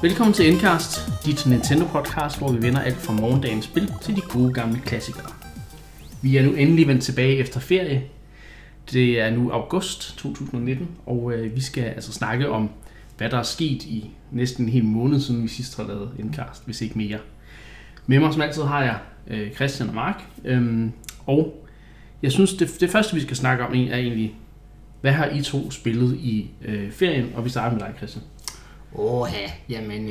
Velkommen til Endcast, dit Nintendo-podcast, hvor vi vender alt fra morgendagens spil til de gode gamle klassikere. Vi er nu endelig vendt tilbage efter ferie. Det er nu august 2019, og vi skal altså snakke om, hvad der er sket i næsten en hel måned, siden vi sidst har lavet Endcast, hvis ikke mere. Med mig som altid har jeg Christian og Mark, og jeg synes, det første vi skal snakke om er egentlig, hvad har I to spillet i ferien, og vi starter med dig, Christian. Jamen,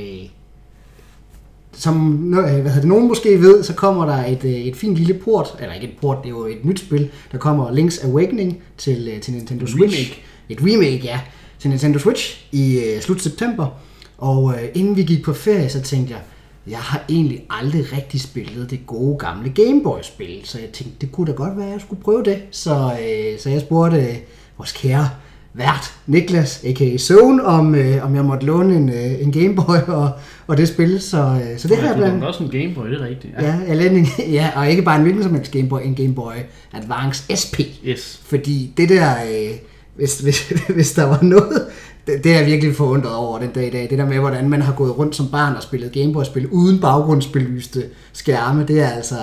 som nogen måske ved, så kommer der et fint lille port, eller ikke et port, det er jo et nyt spil, der kommer Link's Awakening til Nintendo Switch. Et remake, ja, til Nintendo Switch i slut september. Og inden vi gik på ferie, så tænkte jeg har egentlig aldrig rigtig spillet det gode gamle Game Boy-spil, så jeg tænkte, det kunne da godt være, at jeg skulle prøve det. Så jeg spurgte vores kære vært, Niklas, a.k.a. Zone, om jeg måtte låne en Game Boy og det spil, så det har jeg blandt. Du også en Game Boy, det er rigtigt. Ja, jeg lænede og ikke bare en hvilken som helst Game Boy, en Game Boy Advance SP. Yes. Fordi det der, hvis der var noget, det er jeg virkelig forundret over den dag i dag. Det der med, hvordan man har gået rundt som barn og spillet Game Boy-spil uden baggrundsbelyste skærme, det er altså,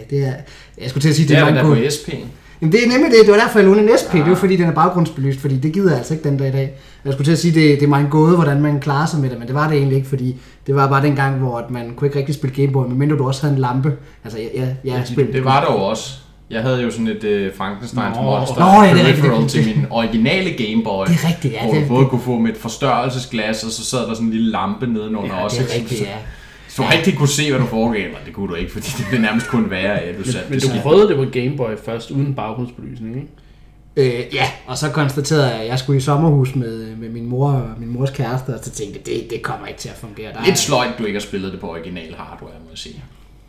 jeg skulle til at sige, det er der på SP'en. Jamen det er nemlig det var derfor jeg lånede en SP, det var fordi den er baggrundsbelyst, fordi det gider jeg altså ikke den dag i dag. Jeg skulle til at sige, det er mig en gåde, hvordan man klarer sig med det, men det var det egentlig ikke, fordi det var bare den gang, hvor man kunne ikke rigtig spille Game Boy, medmindre du også havde en lampe. Altså jeg spillede. Det var der jo også. Jeg havde jo sådan et Frankensteins monster peripheral til min originale Game Boy. Det er rigtigt, ja. Hvor du både kunne få med et forstørrelsesglas, og så sad der sådan en lille lampe nedenunder også. Det er rigtigt, ja. Så du rigtig kunne se, hvad du foregav, det kunne du ikke, fordi det blev nærmest kun værre af, at du satte men du prøvede det på Game Boy først, uden baggrundsbelysning, ikke? Ja, og så konstaterede jeg, at jeg skulle i sommerhus med min mors kæreste, og så tænkte jeg, det kommer ikke til at fungere. Lidt sløjt, du ikke har spillet det på original hardware, må jeg sige.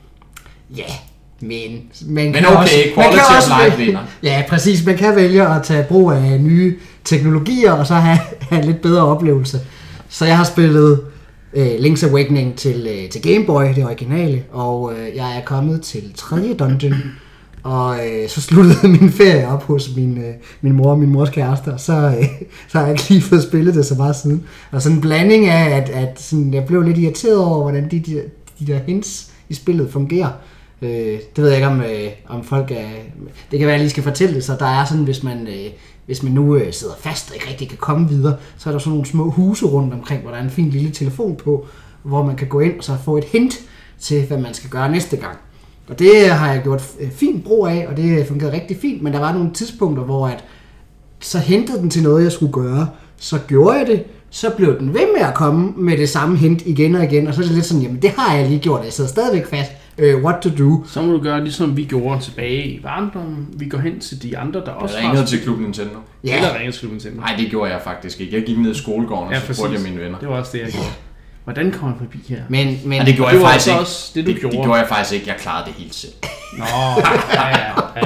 Ja, men okay, quality of life vinder. Ja, præcis. Man kan vælge at tage brug af nye teknologier, og så have en lidt bedre oplevelse. Så jeg har spillet Link's Awakening til Game Boy, det originale, og jeg er kommet til 3. dungeon, og så sluttede min ferie op hos min mor og min mors kæreste, og så har jeg ikke lige fået spillet det så meget siden. Og sådan en blanding af, at sådan, jeg blev lidt irriteret over, hvordan de der hints i spillet fungerer. Det ved jeg ikke, om folk er. Det kan være, at jeg lige skal fortælle det, så der er sådan, hvis man nu sidder fast og ikke rigtig kan komme videre, så er der sådan nogle små huse rundt omkring, hvor der er en fin lille telefon på, hvor man kan gå ind og så få et hint til, hvad man skal gøre næste gang. Og det har jeg gjort fint brug af, og det fungerede rigtig fint, men der var nogle tidspunkter, hvor så hentede den til noget, jeg skulle gøre, så gjorde jeg det, så blev den ved med at komme med det samme hint igen og igen, og så er det lidt sådan, jamen det har jeg lige gjort, jeg sidder stadigvæk fast. What to do. Så må du gøre ligesom vi gjorde tilbage i barndommen. Vi går hen til de andre, der også har... Jeg ringede til Klub Nintendo. Ja. Eller ringede til Klub Nintendo. Nej, det gjorde jeg faktisk ikke. Jeg gik ned i skolegården, og så spurgte jeg mine venner. Det var også det, jeg gjorde. Hvordan kommer jeg forbi her? Men det gjorde jeg faktisk ikke. Også det, du gjorde. Det gjorde jeg faktisk ikke. Jeg klarede det helt selv. Nå, ja.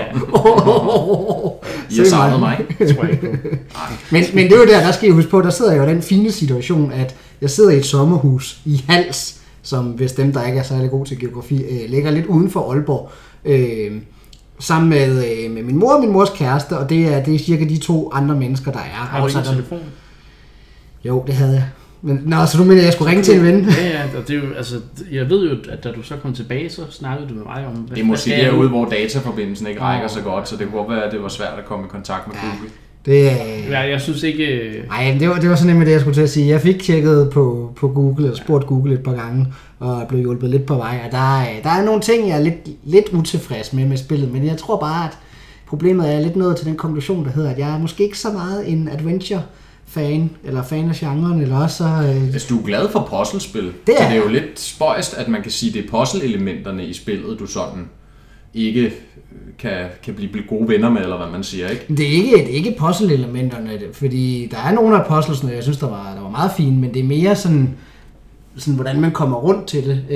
I har savnet mig. Men det er jo der skal I huske på, der sidder jeg jo i den fine situation, at jeg sidder i et sommerhus i Hals, som hvis dem, der ikke er særlig gode til geografi, ligger lidt uden for Aalborg, sammen med min mor og min mors kæreste, og det er cirka de 2 andre mennesker, der er. Har du ikke telefon? Jo, det havde jeg. Men, så du mener, at jeg skulle ringe til en ven? Ja, og det er jo, altså, jeg ved jo, at da du så kom tilbage, så snakkede du med mig om... Det er måske derude, hvor dataforbindelsen ikke rækker så godt, så det kunne være, at det var svært at komme i kontakt med Google. Jeg synes ikke... Nej, det var så nemt det, jeg skulle til at sige. Jeg fik tjekket på Google, eller spurgt Google et par gange, og blev hjulpet lidt på vej. Og der er nogle ting, jeg er lidt utilfreds med spillet, men jeg tror bare, at problemet er lidt nået til den konklusion, der hedder, at jeg er måske ikke så meget en adventure-fan, eller fan af genren, eller også så... Altså, du er glad for puzzlespil, så det er jo lidt spøjst, at man kan sige, det er puzzle-elementerne i spillet, du sådan ikke kan blive gode venner med, eller hvad man siger, ikke? Det er ikke puzzle-elementerne, fordi der er nogle af puzzlesene, jeg synes, der var meget fine, men det er mere sådan hvordan man kommer rundt til det.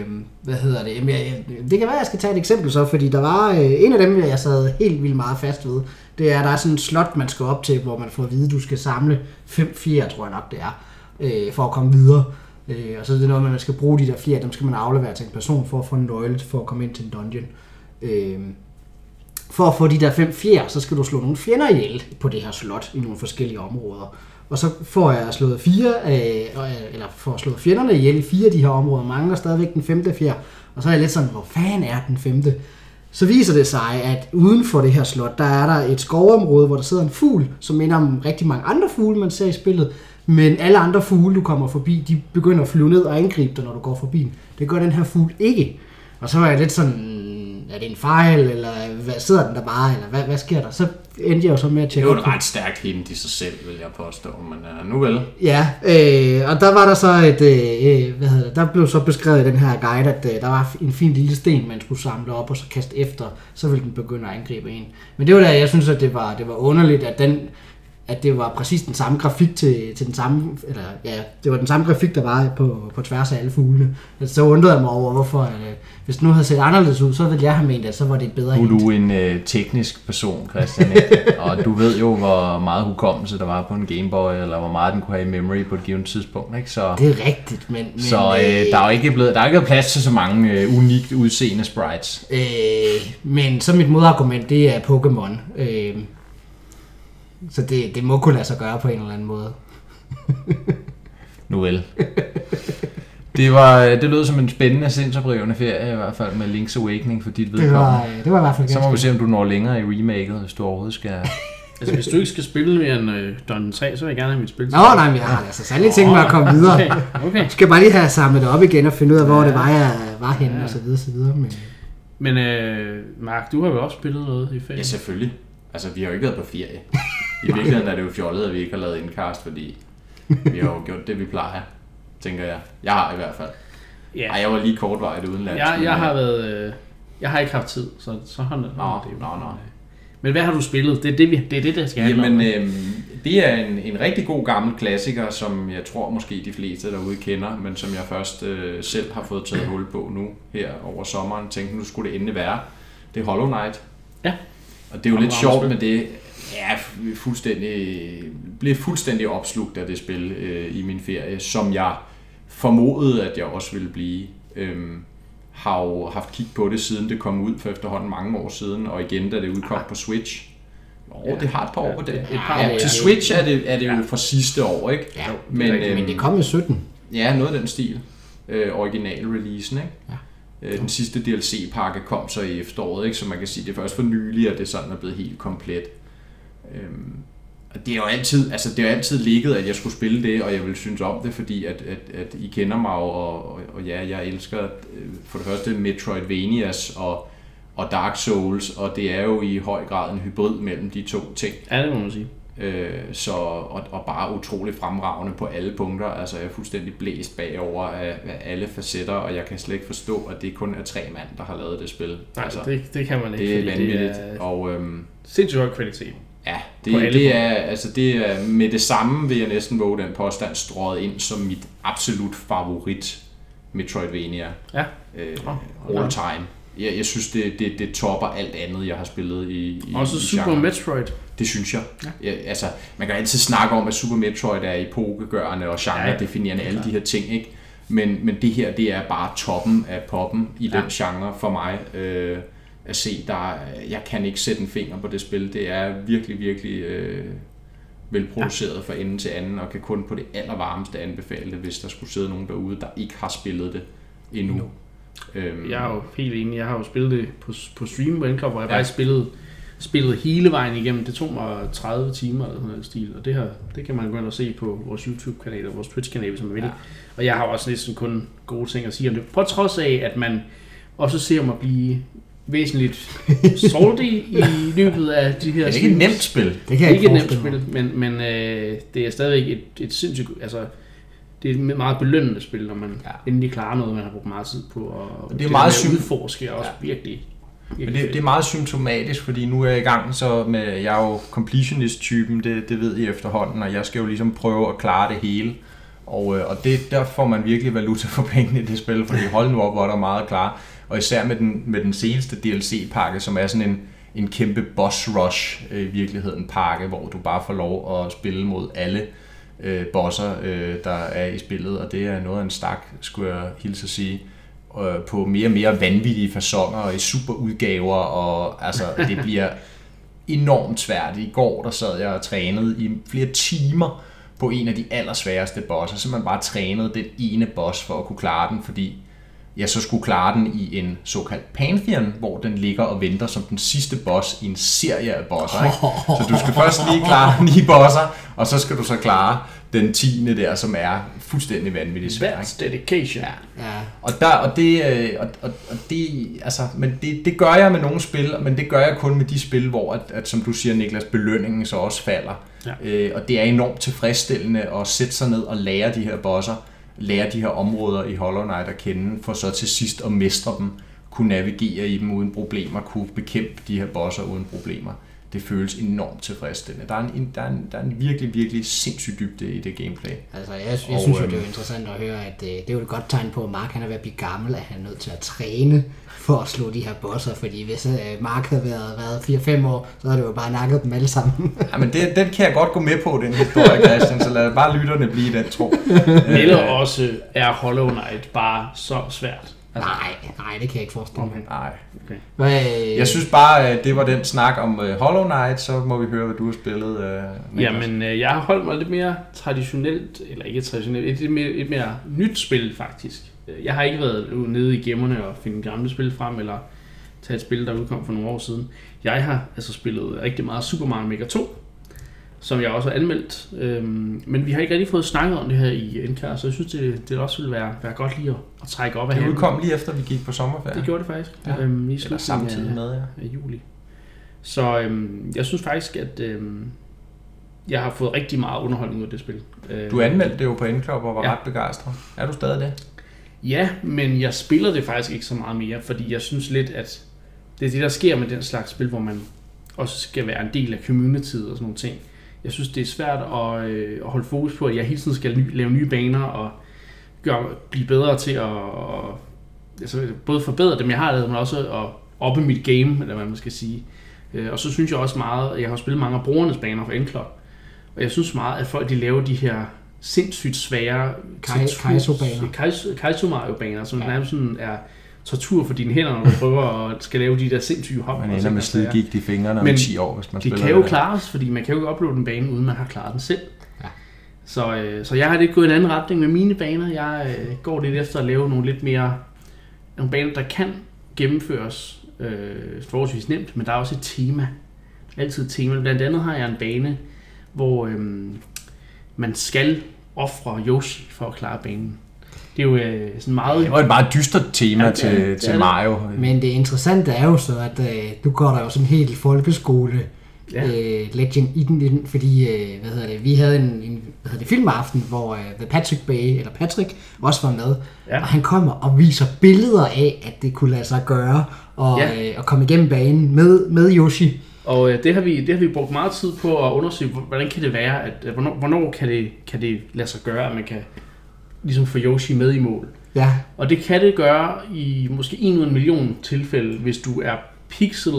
Det kan være, jeg skal tage et eksempel så, fordi der var en af dem, jeg sad helt vildt meget fast ved. Det er, der er sådan en slot, man skal op til, hvor man får at vide, at du skal samle 5 fjer, tror jeg nok det er, for at komme videre. Og så er det noget med, at man skal bruge de der fjer, dem skal man aflevere til en person for at få en nøgle for at komme ind til en dungeon. For at få de der 5 fjer, så skal du slå nogle fjender ihjel på det her slot i nogle forskellige områder. og så får jeg slået får slået fjenderne ihjel i 4 af de her områder, mangler stadigvæk den 5. fjer, og så er jeg lidt sådan, hvor fanden er den 5. Så viser det sig, at uden for det her slot, der er der et skovområde, hvor der sidder en fugl, som minder om rigtig mange andre fugle, man ser i spillet, men alle andre fugle, du kommer forbi, de begynder at flyve ned og angribe dig, når du går forbi. Det gør den her fugl ikke. Og så var jeg lidt sådan, er det en fejl, eller sidder den der bare, eller hvad sker der? Så endte jeg jo så med at tjekke. Det er jo et ret stærkt hint i sig selv, vil jeg påstå, men nu vel. Ja, og der var der så der blev så beskrevet i den her guide, at der var en fin lille sten, man skulle samle op og så kaste efter, så ville den begynde at angribe en. Men det var der, jeg synes, at det var underligt, at det var præcis den samme grafik til den samme, eller ja, det var den samme grafik, der var på tværs af alle fuglene. Så undrede jeg mig over, hvorfor, hvis det nu havde set anderledes ud, så ville jeg have ment, at så var det et bedre hint. Nu er du en teknisk person, Christian, og du ved jo, hvor meget hukommelse der var på en Game Boy, eller hvor meget den kunne have i memory på et givet tidspunkt, ikke? Så, det er rigtigt, men så der er jo ikke blevet plads til så mange unikt udseende sprites. Men så mit modargument, det er Pokémon. Så det må kunne lade sig gøre på en eller anden måde. Nu vel. Det lød som en spændende, sindsoprivende ferie, i hvert fald med Link's Awakening for dit vedkommende. Det var i hvert fald. Så må vi se, om du når længere i remaket, hvis du overhovedet skal. Altså, hvis du ikke skal spille mere end Dungeon 3, så vil jeg gerne have mit spil. Nej, men jeg har altså særligt tænkt mig at komme videre. Okay. Skal bare lige have samlet det op igen og finde ud af, hvor det var, jeg var henne, og så videre. Men Mark, du har jo også spillet noget i ferien. Ja, selvfølgelig. Altså, vi har jo ikke været på ferie. I virkeligheden er det jo fjollet, at vi ikke har lavet indkast, fordi vi har jo gjort det, vi plejer, tænker jeg. Jeg har i hvert fald. Ja. Ej, jeg var lige kortvarigt udenlands. Jeg har ikke haft tid, så har det. Nå. Men hvad har du spillet? Det er det, der skal handle om. Det er en rigtig god gammel klassiker, som jeg tror måske de fleste derude kender, men som jeg først selv har fået taget hul på nu her over sommeren. Tænkte, nu skulle det endelig være. Det er Hollow Knight. Ja. Og det er jo lidt sjovt med det. Ja, blev fuldstændig opslugt af det spil i min ferie, som jeg formodede, at jeg også ville blive. Har jo haft kig på det, siden det kom ud for efterhånden mange år siden, og igen, da det udkom på Switch. Det har et par år på det. Til Switch er det jo fra sidste år, ikke? Ja, men det kom i 17. Ja, noget af den stil. Original-releasen, ikke? Ja. Den sidste DLC-pakke kom så i efteråret, ikke? Så man kan sige, det er først for nylig, at det sådan er blevet helt komplet. Det er jo altid ligget, at jeg skulle spille det, og jeg vil synes om det, fordi at I kender mig, og ja, jeg elsker for det første Metroidvanias og Dark Souls, og det er jo i høj grad en hybrid mellem de to ting. Ja, det må man sige. Og bare utroligt fremragende på alle punkter. Altså jeg er fuldstændig blæst bagover af alle facetter, og jeg kan slet ikke forstå, at det kun er 3 mand, der har lavet det spil. Nej, altså, det kan man ikke. Det er vanvittigt. Og sindssygt høj kvalitet. Ja, det er med det samme, vil jeg næsten våge den påstand, strøget ind som mit absolut favorit Metroidvania. Ja. All time. Jeg synes, det topper alt andet, jeg har spillet i også Super genre. Metroid. Det synes jeg. Ja. Altså, man kan altid snakke om, at Super Metroid er epokegørende og genre-definerende, alle de her ting, ikke? Men det her, det er bare toppen af poppen i den genre for mig. At se, jeg kan ikke sætte en finger på det spil. Det er virkelig, virkelig velproduceret fra ende til anden, og kan kun på det allervarmeste anbefale det, hvis der skulle sidde nogen derude, der ikke har spillet det endnu. Jeg er jo helt enig. Jeg har jo spillet det på stream på Endclub, hvor jeg faktisk spillede hele vejen igennem. Det tog mig 30 timer eller sådan noget stil, og det kan man gå ind og se på vores YouTube-kanal og vores Twitch-kanal, som man vil. Og jeg har også næsten kun gode ting at sige om det, på trods af, at man også ser mig blive væsentligt salty i løbet af de her. Det er ikke et nemt spil. Det kan ikke et nemt spil, men det er stadigvæk et sindssygt, altså det er et meget belønnende spil, når man endelig klarer noget, man har brugt meget tid på, og det er meget udforske også virkelig. Men det er meget symptomatisk, fordi nu er jeg i gang så med, jeg er jo completionist-typen, det ved I efterhånden, og jeg skal jo ligesom prøve at klare det hele. Og der får man virkelig valuta for pengene i det spil, fordi hold nu op, hvor der er meget klar. Og især med den seneste DLC-pakke, som er sådan en kæmpe boss rush i virkeligheden pakke, hvor du bare får lov at spille mod alle bosser, der er i spillet. Og det er noget af en stak, skulle jeg hilse at sige, på mere og mere vanvittige faconer og i superudgaver. Og altså, det bliver enormt svært. I går der sad jeg og trænede i flere timer på en af de allersværeste bosser. Så man bare trænede den ene boss for at kunne klare den, fordi jeg så skulle klare den i en såkaldt Pantheon, hvor den ligger og venter som den sidste boss i en serie af bosser. Ikke? Så du skal først lige klare 9 bosser, og så skal du så klare den 10. der, som er fuldstændig vanvittigt svær. That's dedication. Men det gør jeg med nogle spil, men det gør jeg kun med de spil, hvor at som du siger, Niklas, belønningen så også falder. Ja. Og det er enormt tilfredsstillende at sætte sig ned og lære de her bosser, lære de her områder i Hollow Knight at kende, for så til sidst at mestre dem, kunne navigere i dem uden problemer, kunne bekæmpe de her bosser uden problemer. Det føles enormt tilfredsstillende. Der er en virkelig, virkelig sindssyg dybde i det gameplay. Altså, jeg synes jo, det er jo interessant at høre, at det er jo et godt tegn på, at Mark han er ved at blive gammel, at han er nødt til at træne for at slå de her bosser, fordi hvis Mark havde været 4-5 år, så havde det jo bare nakket dem alle sammen. Ja, men den kan jeg godt gå med på, den historie, Christian, så lad bare lytterne blive i den tro. Eller også er Hollow Knight bare så svært. Altså, nej, det kan jeg ikke forestille mig. Nej. Okay. Jeg synes bare, at det var den snak om Hollow Knight, så må vi høre, hvad du har spillet. Jamen, jeg har holdt mig lidt mere traditionelt, eller ikke traditionelt, et mere nyt spil faktisk. Jeg har ikke været nede i gemmerne og finde gamle spil frem, eller tage et spil, der udkom for nogle år siden. Jeg har altså spillet rigtig meget Super Mario Maker 2, som jeg også har anmeldt. Men vi har ikke rigtig fået snakket om det her i NK, så jeg synes, det også ville være godt lige at trække op af det. Det udkom lige efter, vi gik på sommerferie. Det gjorde det faktisk. Ja. I slutningen af juli. Så jeg synes faktisk, at jeg har fået rigtig meget underholdning ud af det spil. Du anmeldte det jo på N-Club og var ret begejstret. Er du stadig det? Ja, men jeg spiller det faktisk ikke så meget mere, fordi jeg synes lidt, at det er det, der sker med den slags spil, hvor man også skal være en del af communityet og sådan nogle ting. Jeg synes, det er svært at holde fokus på, at jeg hele tiden skal lave nye baner og blive bedre til at altså både forbedre dem, jeg har lavet, men også at oppe mit game, eller hvad man skal sige. Og så synes jeg også meget, at jeg har spillet mange af brugernes baner for N-Club, og jeg synes meget, at folk de laver de her sindssygt svære Kaizo Mario-baner, som nærmest sådan er tortur for dine hænder, når du prøver at skal lave de der sindssyge hop. Man ender med slidgigt i fingrene om 10 år, hvis man spiller det. Det kan jo klares, fordi man kan jo uploade en bane, uden man har klaret den selv. Ja. Så jeg har lidt gået i en anden retning med mine baner. Jeg går lidt efter at lave nogle baner, der kan gennemføres forholdsvis nemt, men der er også et tema. Altid et tema. Blandt andet har jeg en bane, hvor man skal ofre Yoshi for at klare banen. Det er jo sådan meget... Det var et meget dystert tema til Mario. Men det interessante er jo så, at du går der jo sådan helt folkeskole legend i den, fordi vi havde en filmaften, hvor Patrick også var med, og han kommer og viser billeder af, at det kunne lade sig gøre at komme igennem banen med Yoshi. Og det har vi brugt meget tid på at undersøge, hvordan kan det være, at hvornår kan det lade sig gøre, at man kan ligesom få Yoshi med i mål. Ja. Og det kan det gøre i måske 1 ud af 1 million tilfælde, hvis du er pixel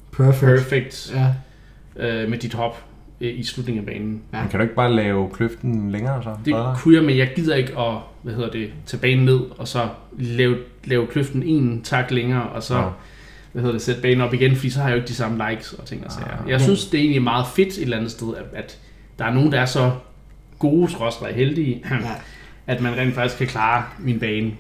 perfect med dit hop i slutningen af banen. Ja. Men kan du ikke bare lave kløften længere så? Det kunne jeg, men jeg gider ikke at tage banen ned og så lave kløften 1 tak længere og så sætte banen op igen, fordi så har jeg jo ikke de samme likes og ting og sager. Jeg synes det er egentlig meget fedt et eller andet sted, at der er nogen der er så gode skråstreg heldige. At man rent faktisk kan klare min bane,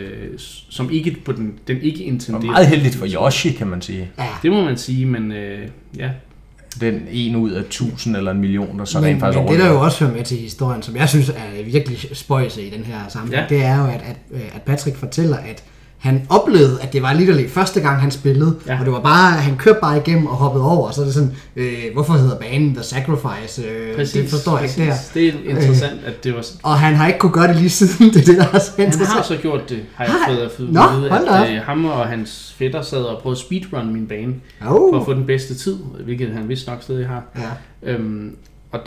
som ikke på den ikke intenderede. Meget heldigt for Yoshi, kan man sige. Ja. Det må man sige, men ja. Den 1 ud af 1000 eller 1 million, der så rent faktisk overlever. Men det der jo også hører med til historien, som jeg synes er virkelig spøjse i den her sammenhæng, det er jo, at Patrick fortæller, at han oplevede, at det var literally første gang, han spillede, og det var bare, han kørte bare igennem og hoppede over, og så er det sådan, hvorfor hedder banen The Sacrifice? Det forstår jeg ikke der. Det er interessant, at det var sådan. Og han har ikke kunne gøre det lige siden, det er det, der er så interessant. Han har så gjort det, har jeg fået at vide, at ham og hans fætter sad og prøvede speedrun min bane, for at få den bedste tid, hvilket han vist nok stadig har. Ja. Og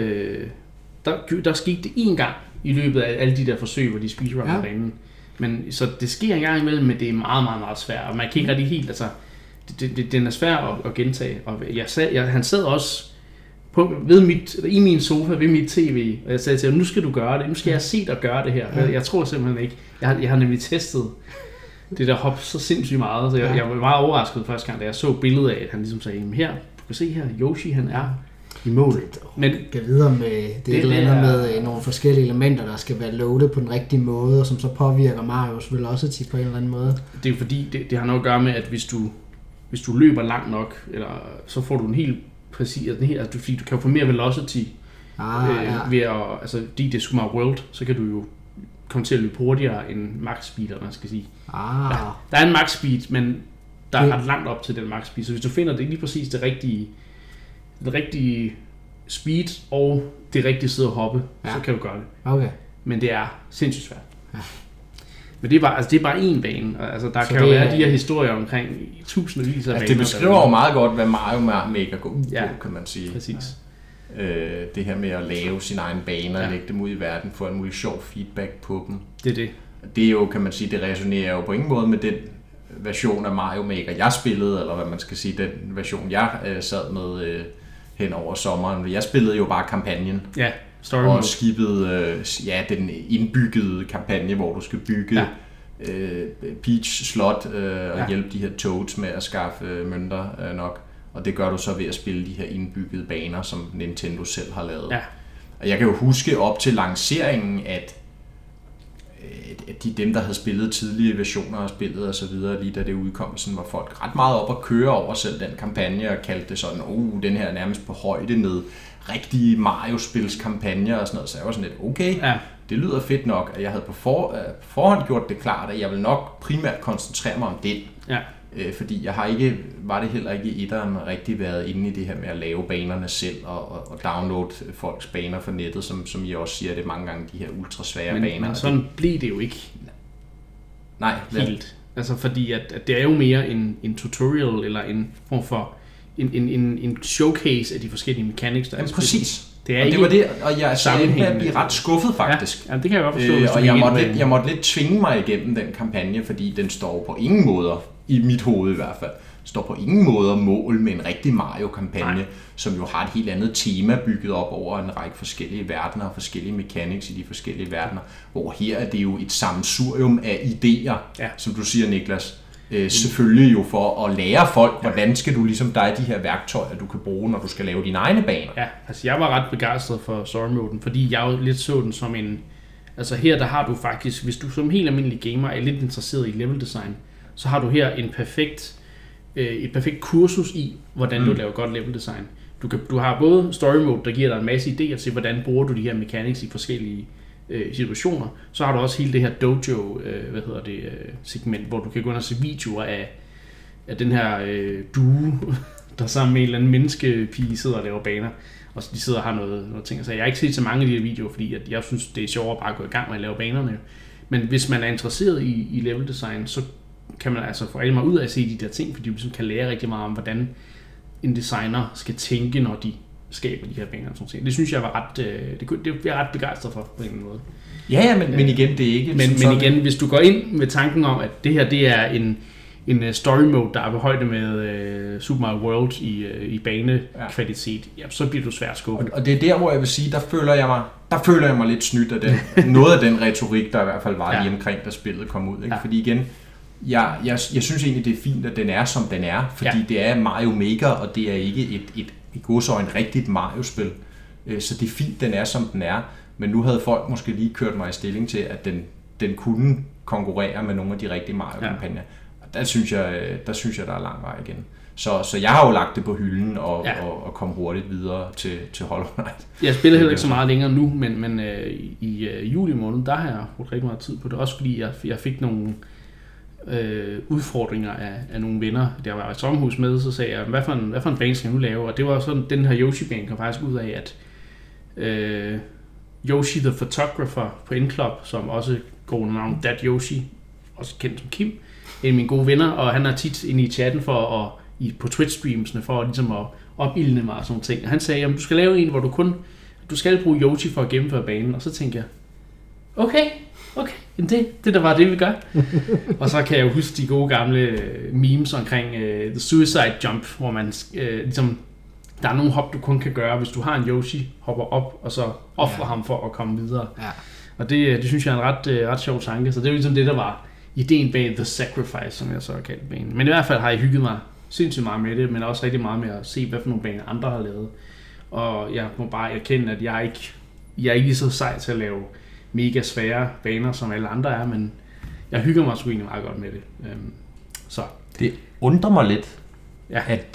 der skete det 1 gang i løbet af alle de der forsøg, hvor de speedrunner banen. Men så det sker en gang imellem, men det er meget, meget, meget svært, og man kan ikke rigtig helt, altså, den er svær at gentage, og han sad også i min sofa ved mit tv, og jeg sagde til ham, nu skal du gøre det, nu skal jeg se dig gøre det her, jeg tror simpelthen ikke, jeg har nemlig testet det der hop så sindssygt meget, så jeg var meget overrasket første gang, da jeg så billedet af, at han ligesom sagde, her, du kan se her, Yoshi han er i mål. Men kan videre med det et eller andet med nogle forskellige elementer, der skal være loaded på den rigtige måde, og som så påvirker Marios velocity på en eller anden måde. Det er jo fordi, det har noget at gøre med, at hvis du løber langt nok, eller så får du en helt præcis, fordi du kan jo få mere velocity ved at, altså fordi det er Super Mario World, så kan du jo komme til at løbe hurtigere end max speed, eller man skal sige. Der er en max speed, men der er ret langt op til den max speed, så hvis du finder det lige præcis det rigtige speed og det rigtige sted at hoppe, så kan du gøre det. Okay. Men det er sindssygt svært. Ja. Men det er bare én bane. Altså, der så kan jo være de her historier omkring tusindvis af baner. Det beskriver jo meget godt, hvad Mario Maker går ud på, kan man sige. Præcis. Det her med at lave sine egne baner, lægge dem ud i verden, få en mulig sjov feedback på dem. Det er det. Det er jo, kan man sige, det resonerer jo på ingen måde med den version af Mario Maker, jeg spillede, eller hvad man skal sige, den version, jeg sad med hen over sommeren. Jeg spillede jo bare kampagnen. Ja, story og skippede den indbyggede kampagne, hvor du skal bygge Peach Slot og hjælpe de her Toads med at skaffe mønter nok. Og det gør du så ved at spille de her indbyggede baner, som Nintendo selv har lavet. Ja. Og jeg kan jo huske op til lanceringen, at dem, der havde spillet tidlige versioner af spillet og så videre, lige da det udkom, sådan var folk ret meget op at køre over selv den kampagne og kaldte det sådan, den her er nærmest på højde med rigtige Mario-spils kampagner og sådan noget. Så jeg var sådan lidt, okay, det lyder fedt nok, at jeg havde på forhånd gjort det klart, at jeg vil nok primært koncentrere mig om den. Ja. Fordi var det heller ikke i etteren rigtig været inde i det her med at lave banerne selv og downloade folks baner fra nettet, som I også siger, det mange gange de her ultra svære baner. Men sådan blev det jo ikke. Nej. Helt. Altså fordi at det er jo mere en tutorial eller en form for en showcase af de forskellige mechanics, der er. Præcis. Det er og ikke det var det, og jeg endte med at blive ret skuffet faktisk. Ja, det kan jeg godt forstå. Og jeg måtte lidt tvinge mig igennem den kampagne, fordi den står på ingen måder, i mit hoved i hvert fald, står på ingen måder mål med en rigtig Mario-kampagne, som jo har et helt andet tema bygget op over en række forskellige verdener og forskellige mechanics i de forskellige verdener, hvor her er det jo et sammensurium af idéer, som du siger, Niklas. Selvfølgelig jo for at lære folk, hvordan skal du ligesom, der er de her værktøjer, du kan bruge, når du skal lave dine egne baner. Ja, altså jeg var ret begejstret for story-moden, fordi jeg jo lidt så den som en... Altså her, der har du faktisk, hvis du som helt almindelig gamer er lidt interesseret i level design, så har du her et perfekt kursus i, hvordan du laver godt level design. Du har både story mode, der giver dig en masse idéer til, hvordan bruger du de her mechanics i forskellige situationer. Så har du også hele det her dojo, segment, hvor du kan gå ind og se videoer af den her duo, der sammen med en eller anden menneskepige sidder og laver baner. Og de sidder og har noget ting. Så jeg har ikke set så mange af de her videoer, fordi jeg synes, det er sjovere bare at gå i gang med at lave banerne. Men hvis man er interesseret i level design, så kan man altså få rigtig meget ud af at se de der ting, fordi du ligesom kan lære rigtig meget om, hvordan en designer skal tænke, når de skaber de her baner og sådan ting. Det synes jeg var ret, det er jeg ret begejstret for på en eller anden måde. Ja, men igen, det er ikke... Men igen, hvis du går ind med tanken om, at det her, det er en story mode, der er på højde med Super Mario World i banekvalitet, så bliver du svært skuffet. Og det er der, hvor jeg vil sige, der føler jeg mig lidt snydt af noget af den retorik, der i hvert fald var lige omkring, da spillet kom ud. Ikke? Fordi igen, jeg synes egentlig, det er fint, at den er, som den er, fordi det er Mario Maker, og det er ikke et godsøjne rigtigt Mario-spil. Så det er fint, den er, som den er. Men nu havde folk måske lige kørt mig i stilling til, at den kunne konkurrere med nogle af de rigtige Mario-kampagner. Der synes jeg, der er lang vej igen. Så jeg har jo lagt det på hylden og kom hurtigt videre til Hollow Knight. Jeg spiller heller ikke så meget længere nu, men i juli måned, der har jeg brugt rigtig meget tid på det. Også fordi jeg fik nogle udfordringer af nogle venner, der var i sommerhus med, så sagde jeg, hvad for en bane skal jeg nu lave? Og det var sådan, den her Yoshi-bane kom faktisk ud af, at Yoshi the Photographer på N-Club, som også går under navn Dad Yoshi, også kendt som Kim, en af mine gode venner, og han er tit inde i chatten på Twitch-streamsene for ligesom at opildne mig og sådan ting. Og han sagde, at du skal lave en, hvor du skal bruge Yoshi for at gennemføre banen. Og så tænkte jeg, okay, det der var det, vi gør. Og så kan jeg jo huske de gode gamle memes omkring The Suicide Jump, hvor man ligesom, der er nogle hop, du kun kan gøre, hvis du har en Yoshi, hopper op, og så offrer ham for at komme videre. Ja. Og det synes jeg er en ret sjov tanke. Så det er jo ligesom det, der var ideen bag The Sacrifice, som jeg så har kaldt banen. Men i hvert fald har jeg hygget mig sindssygt meget med det, men også rigtig meget med at se, hvad for nogle baner andre har lavet. Og jeg må bare erkende, at jeg er ikke lige så sej til at lave mega svære baner, som alle andre er, men jeg hygger mig sgu egentlig meget godt med det. Så. Det undrer mig lidt, ja. at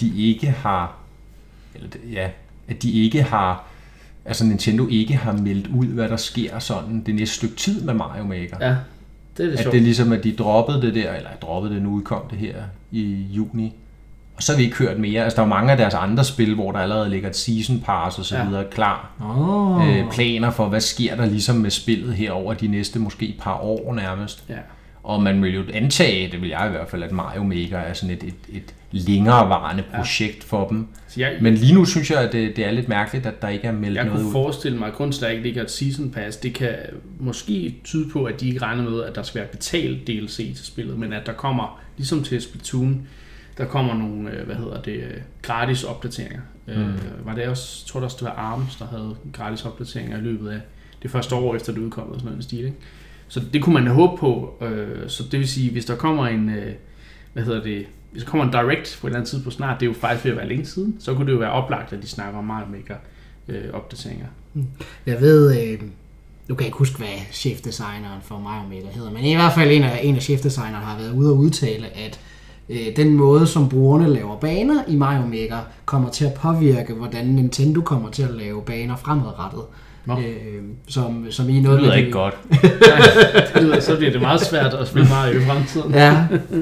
de ikke har, altså Nintendo ikke har meldt ud, hvad der sker sådan det næste stykke tid med Mario Maker. Ja, det er det sjovt. At det er ligesom, at de droppede det der, eller droppede det, nu udkom det her i juni. Og så har vi ikke hørt mere. Altså, der er jo mange af deres andre spil, hvor der allerede ligger et season pass og så videre klar. Planer for, hvad sker der ligesom med spillet her over de næste måske par år nærmest. Ja. Og man vil jo antage, det vil jeg i hvert fald, at Mario Maker er sådan et længerevarende projekt for dem. Men lige nu synes jeg, at det er lidt mærkeligt, at der ikke er meldt noget ud. Jeg kunne forestille mig, at grunden til, at der ikke ligger et season pass, det kan måske tyde på, at de ikke regner med, at der skal være betalt DLC til spillet, men at der kommer, ligesom til Splatoon, der kommer nogle, gratis opdateringer. Var det også, tror jeg også, det var ARMS, der havde gratis opdateringer i løbet af det første år efter det udkom, og sådan noget stil, ikke? Så det kunne man håbe på. Så det vil sige, hvis der kommer hvis der kommer en direct på et eller andet tidspunkt snart, det er jo faktisk ved at være længe siden, så kunne det jo være oplagt, at de snakker om Mario Maker opdateringer. Jeg ved, nu kan jeg ikke huske, hvad chefdesigneren for Mario Maker hedder, men i hvert fald en af chefdesignerne har været ude og udtale, at den måde, som brugerne laver baner i Mario Maker, kommer til at påvirke, hvordan Nintendo kommer til at lave baner fremadrettet. Som i noget. Det lyder ikke godt. Så bliver det meget svært at spille Mario i fremtiden. Ja.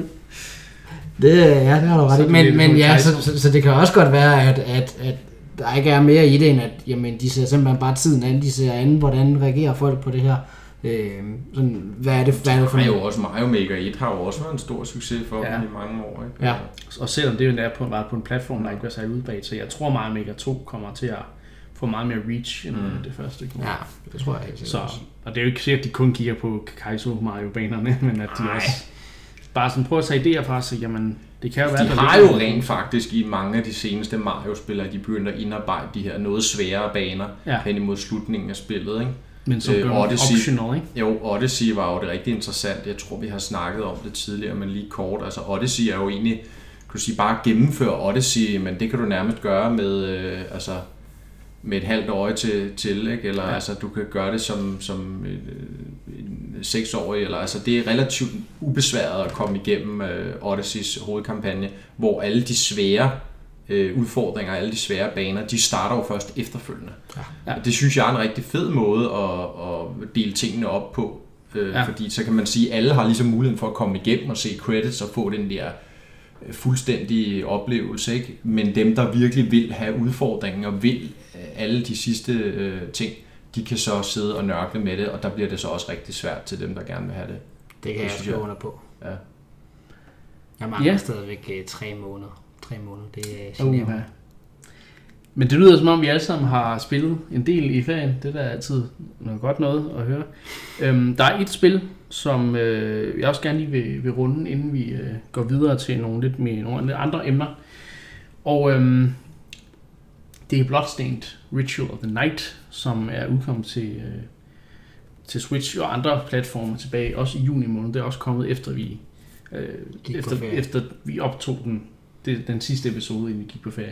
Det har du ret i. Men ja, så det kan også godt være, at der ikke er mere i det, end at jamen, de ser simpelthen bare tiden an. De ser an, hvordan reagerer folk på det her. Sådan, hvad er det for noget? Mario Maker 1 har jo også været en stor succes for dem i mange år. Ikke? Ja. Og selvom det er på en platform, der ikke var særlig udbredt, så jeg tror Mario Maker 2 kommer til at få meget mere reach end det første. Ja, det tror jeg ikke. Så, og det er jo ikke sikkert, at de kun kigger på Kaizo Mario-banerne, men at de også bare sådan prøver at tage idéer fra sig, jamen det kan jo være... De har jo rent faktisk i mange af de seneste Mario-spillere, de begynder at indarbejde de her noget sværere baner hen imod slutningen af spillet, ikke? Men så bliver optional, ikke? Jo, Odyssey var jo det rigtig interessant. Jeg tror, vi har snakket om det tidligere, men lige kort. Altså Odyssey er jo egentlig, kan du sige, bare gennemføre Odyssey, men det kan du nærmest gøre med, med et halvt øje til, ikke? Eller altså, du kan gøre det som 6-årig, eller altså det er relativt ubesværet at komme igennem Odysseys hovedkampagne, hvor alle de svære udfordringer, alle de svære baner, de starter jo først efterfølgende. Ja. Det synes jeg er en rigtig fed måde at dele tingene op på, fordi så kan man sige, at alle har ligesom muligheden for at komme igennem og se credits og få den der fuldstændige oplevelse, ikke? Men dem, der virkelig vil have udfordringen og vil alle de sidste ting, de kan så sidde og nørkle med det, og der bliver det så også rigtig svært til dem, der gerne vil have det. Det kan jeg skrive under på. Ja. Jeg mangler stadigvæk 3 måneder. 3 måneder, det er generende. Men det lyder som om, vi alle sammen har spillet en del i ferien. Det er da altid noget godt noget at høre. Der er et spil, som jeg også gerne lige vil runde, inden vi går videre til nogle andre emner. Og det er Bloodstained Ritual of the Night, som er udkommet til Switch og andre platformer tilbage, også i juni måned. Det er også kommet efter vi optog den sidste episode, inden vi gik på ferie.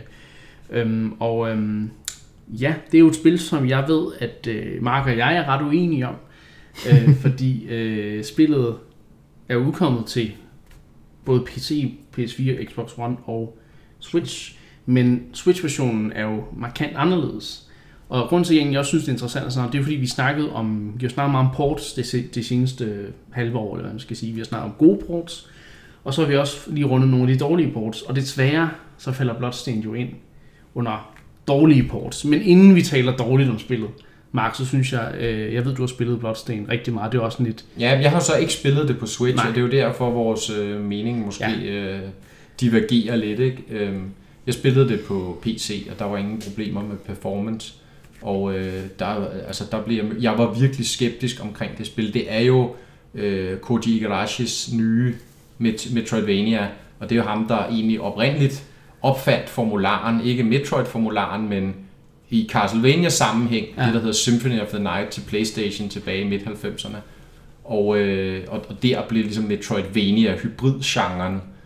Det er jo et spil, som jeg ved, at Mark og jeg er ret uenige om, fordi spillet er udkommet til både PC, PS4, Xbox One og Switch, men Switch-versionen er jo markant anderledes. Og grunden til, at jeg også synes, det er interessant at snakke om, det er fordi, vi snakkede meget om ports det seneste halve år, eller hvad man skal sige. Vi har snakket om gode ports, og så har vi også lige rundet nogle af de dårlige ports, og desværre så falder Bloodstained jo ind under dårlige ports. Men inden vi taler dårligt om spillet, Mark, så synes jeg ved, du har spillet Bloodstained rigtig meget. Det er også lidt... Ja, jeg har så ikke spillet det på Switch, og det er jo derfor, vores mening måske divergerer lidt, ikke? Jeg spillede det på PC, og der var ingen problemer med performance. Og jeg var virkelig skeptisk omkring det spil. Det er jo Koji Igarashis nye Metroidvania, og det er jo ham, der egentlig oprindeligt opfandt formularen, ikke Metroid-formularen, men i Castlevania-sammenhæng, det der hedder Symphony of the Night til PlayStation tilbage i midt-90'erne. Og der blev ligesom Metroidvania, hybrid-genren,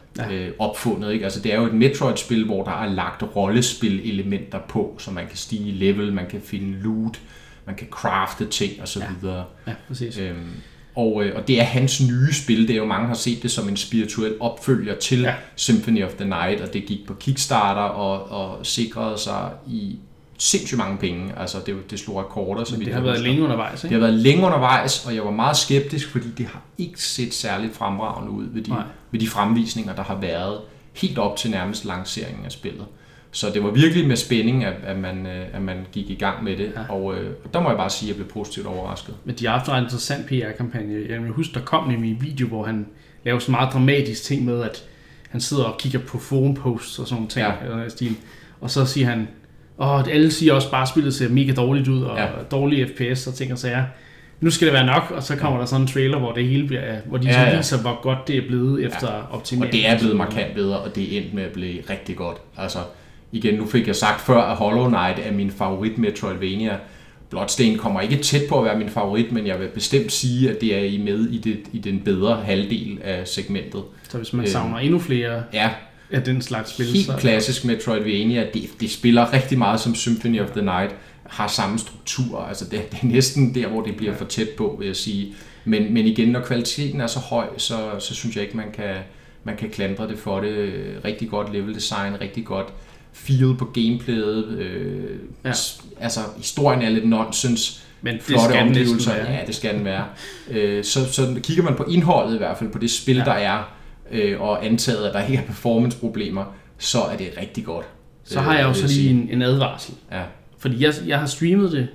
opfundet. Ikke? Altså, det er jo et Metroid-spil, hvor der er lagt rollespil-elementer på, så man kan stige i level, man kan finde loot, man kan crafte ting osv. Ja, præcis. Og det er hans nye spil. Det er jo mange har set det som en spirituel opfølger til Symphony of the Night, og det gik på Kickstarter og sikrede sig i sindssygt mange penge. Altså det slog rekorder. Så det har været længe undervejs, ikke? Det har været længe undervejs, og jeg var meget skeptisk, fordi det har ikke set særligt fremragende ud ved de fremvisninger, der har været helt op til nærmest lanceringen af spillet. Så det var virkelig med spænding, at man gik i gang med det, og der må jeg bare sige, at jeg blev positivt overrasket. Men de har haft en interessant PR-kampagne. Jeg husker, der kom nemlig en video, hvor han laver sådan meget dramatisk ting med, at han sidder og kigger på forumposts og sådan nogle ting, og så siger han, alle siger også bare, at spillet ser mega dårligt ud, og dårlige FPS og ting og sager. Nu skal det være nok, og så kommer der sådan en trailer, hvor det hele bliver, hvor de så viser, hvor godt det er blevet efter optimering. Og det er blevet markant bedre, og det er endt med at blive rigtig godt. Altså, igen, nu fik jeg sagt før, at Hollow Knight er min favorit Metroidvania. Bloodstained kommer ikke tæt på at være min favorit, men jeg vil bestemt sige, at det er med i den bedre halvdel af segmentet. Så hvis man savner endnu flere af den slags spil. Helt klassisk Metroidvania, det spiller rigtig meget som Symphony of the Night, har samme struktur, altså det er næsten der, hvor det bliver for tæt på, vil jeg sige. Men igen, når kvaliteten er så høj, så synes jeg ikke, man kan klandre det for det. Rigtig godt level design, rigtig godt feel på gameplayet. Altså, historien er lidt nonsens. Men flotte omgivelser. Ja, det skal den være. Så kigger man på indholdet i hvert fald, på det spil, der er, og antaget, at der ikke er performance-problemer, så er det rigtig godt. Så har jeg jo så lige en advarsel. Ja. Fordi jeg har streamet det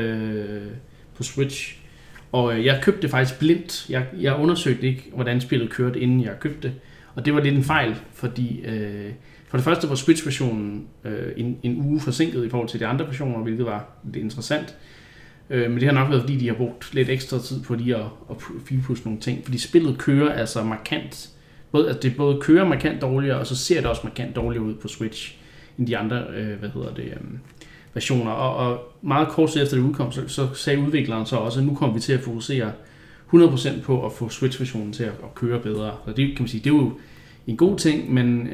på Switch, og jeg købte det faktisk blindt. Jeg undersøgte ikke, hvordan spillet kørte, inden jeg købte det. Og det var lidt en fejl, fordi for det første var Switch-versionen en uge forsinket i forhold til de andre versioner, hvilket var lidt interessant. Men det har nok været, fordi de har brugt lidt ekstra tid på lige at finpudse nogle ting. Fordi spillet kører altså markant. Det både kører markant dårligere, og så ser det også markant dårligere ud på Switch, end de andre versioner. Og meget kort tid efter det udkom, så sagde udvikleren så også, at nu kommer vi til at fokusere 100% på at få Switch-versionen til at køre bedre. Og det kan man sige, det er jo en god ting, men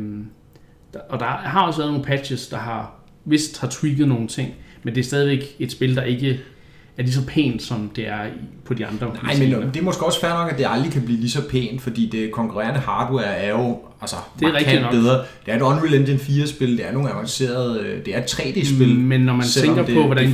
og der har også været nogle patches, der har trigget nogle ting, men det er stadigvæk et spil, der ikke er lige så pænt, som det er på de andre. Nej, men det er måske også fair nok, at det aldrig kan blive lige så pænt, fordi det konkurrerende hardware er jo markant bedre. Det er et Unreal Engine 4-spil, det er nogle avancerede, det er et 3D-spil. Men når man tænker på, hvordan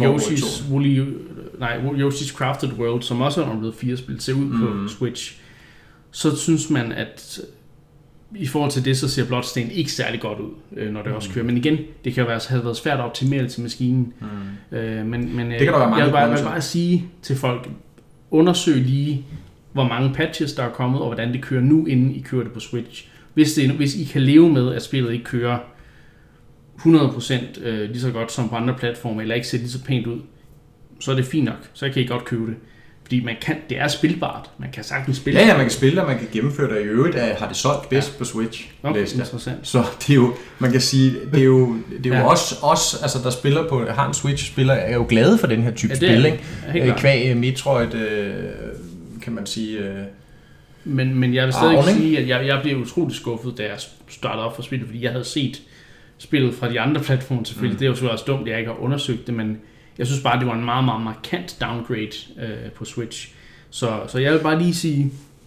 Yoshi's Crafted World, som også er et Unreal 4-spil, ser ud på Switch, så synes man, at i forhold til det, så ser Bloodstained ikke særlig godt ud, når det også kører. Men igen, det kan jo have været svært at optimere til maskinen. Men det kan der være mange jeg vil bare sige til folk, undersøg lige, hvor mange patches der er kommet, og hvordan det kører nu, inden I kører det på Switch. Hvis I kan leve med, at spillet ikke kører 100% lige så godt som på andre platforme, eller ikke ser lige så pænt ud, så er det fint nok. Så kan I godt købe det. Fordi det er spilbart. Man kan sagtens spille. Ja, man kan spille, og man kan gennemføre det. I øvrigt har det solgt bedst på Switch. Interessant. Så det er jo, man kan sige, det er jo også altså der spiller på, har en Switch-spiller, er jo glade for den her type spil, ikke? Kvæg Metroid, kan man sige. Men jeg vil stadig sige, at jeg blev utroligt skuffet, da jeg startede op for spillet, fordi jeg havde set spillet fra de andre platforme selvfølgelig. Det er jo selvfølgelig også dumt, at jeg ikke har undersøgt det, men jeg synes bare, det var en meget, meget markant downgrade på Switch. Så jeg vil bare lige sige,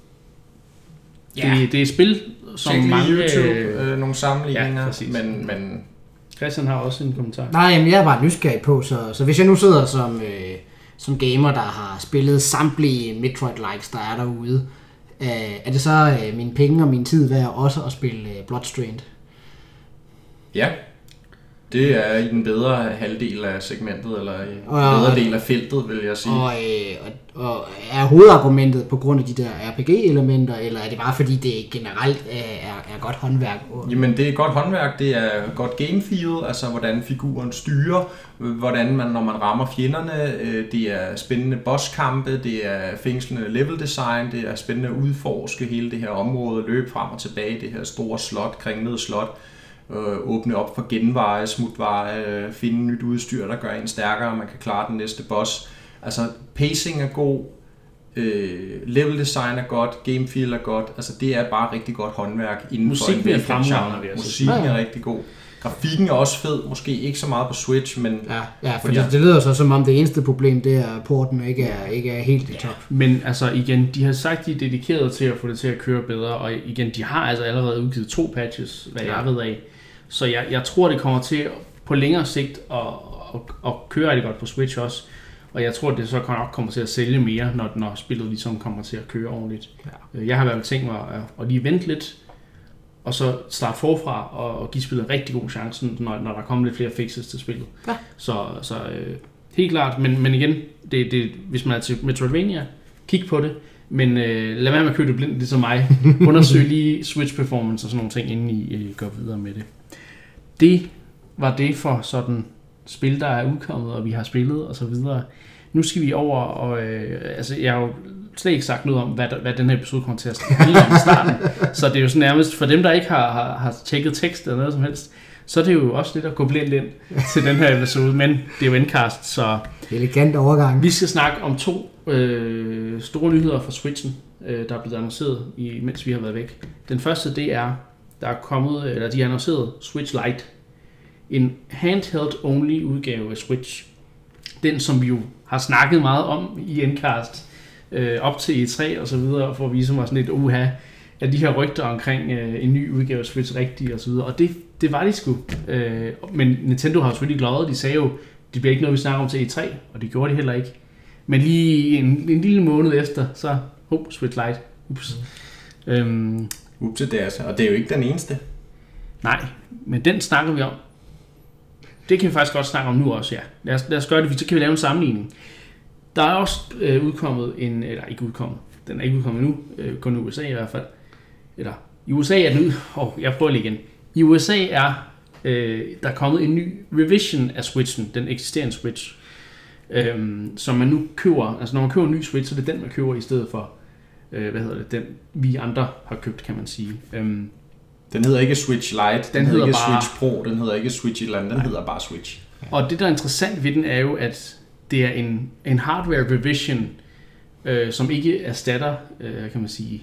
det er et spil, som mange... YouTube, nogle sammenligninger, men... Christian har også en kommentar. Nej, men jeg er bare nysgerrig på, så hvis jeg nu sidder som gamer, der har spillet samtlige Metroid-likes, der er derude, er det så mine penge og min tid værd også at spille Bloodstained? Ja. Det er i den bedre halvdel af segmentet, eller i den bedre del af feltet, vil jeg sige. Og er hovedargumentet på grund af de der RPG-elementer, eller er det bare fordi, det generelt er godt håndværk? Jamen, det er godt håndværk, det er godt game feel, altså hvordan figuren styrer, hvordan man, når man rammer fjenderne, det er spændende bosskampe, det er fængslende level design, det er spændende at udforske hele det her område, løbe frem og tilbage, det her store slot, kringlede slot, åbne op for genveje, smutveje, finde nyt udstyr, der gør en stærkere, og man kan klare den næste boss. Altså, pacing er god, level design er godt, game feel er godt, altså det er bare rigtig godt håndværk inden musikken for en fremragende. Musikken er rigtig god. Grafikken er også fed, måske ikke så meget på Switch, men... Ja, for det lyder så som om det eneste problem, det er, at porten ikke er helt i top. Men altså igen, de har sagt, de er dedikeret til at få det til at køre bedre, og igen, de har altså allerede udgivet 2 patches, hvad jeg ved af. Så jeg tror, det kommer til på længere sigt at køre rigtig godt på Switch også. Og jeg tror, det så nok kommer til at sælge mere, når spillet ligesom kommer til at køre ordentligt. Ja. Jeg har i hvert fald tænkt mig at lige vente lidt, og så starte forfra og give spillet en rigtig god chance, når der kommer lidt flere fixes til spillet. Ja. Så helt klart, men igen, det, hvis man er til Metroidvania, kig på det, men lad være med at købe det blindt, ligesom mig. Undersøg lige Switch performance og sådan nogle ting, inden I går videre med det. Det var det for sådan spil, der er udkommet, og vi har spillet og så videre. Nu skal vi over, og altså, jeg har jo slet ikke sagt noget om, hvad den her episode kommer til at handle om i starten. Så det er jo sådan nærmest, for dem, der ikke har tjekket tekst eller noget som helst, så er det jo også lidt at gå blindt ind til den her episode, men det er jo Endcast, så... Elegant overgang. Vi skal snakke om 2 store nyheder fra Switchen, der er blevet annonceret, mens vi har været væk. Den første, det er, de har annonceret Switch Lite, en handheld-only udgave af Switch. Den, som vi jo har snakket meget om i Endcast, op til E3 og så videre, for at vise mig sådan lidt af de her rygter omkring en ny udgave af Switch rigtig og så videre. Og det var de sgu. Men Nintendo har jo selvfølgelig gløjet. De sagde jo, det bliver ikke noget, vi snakker om til E3, og det gjorde de heller ikke. Men lige en lille måned efter, så Switch Lite. Ups. Ups, det er så. Og det er jo ikke den eneste. Nej, men den snakker vi om. Det kan vi faktisk godt snakke om nu også, ja. Lad os gøre det, så kan vi lave en sammenligning. Der er også udkommet den er ikke udkommet nu, kun i USA i hvert fald. Eller i USA er den jeg prøver lige igen. I USA er der kommet en ny revision af Switchen, den eksisterende Switch, som man nu køber. Altså når man køber en ny Switch, så er det den, man køber i stedet for, den vi andre har købt, kan man sige. Den hedder ikke Switch Lite, den hedder ikke bare Switch Pro, den hedder ikke Switch et eller andet, den hedder bare Switch. Og det, der er interessant ved den, er jo, at det er en hardware revision, som ikke erstatter, kan man sige,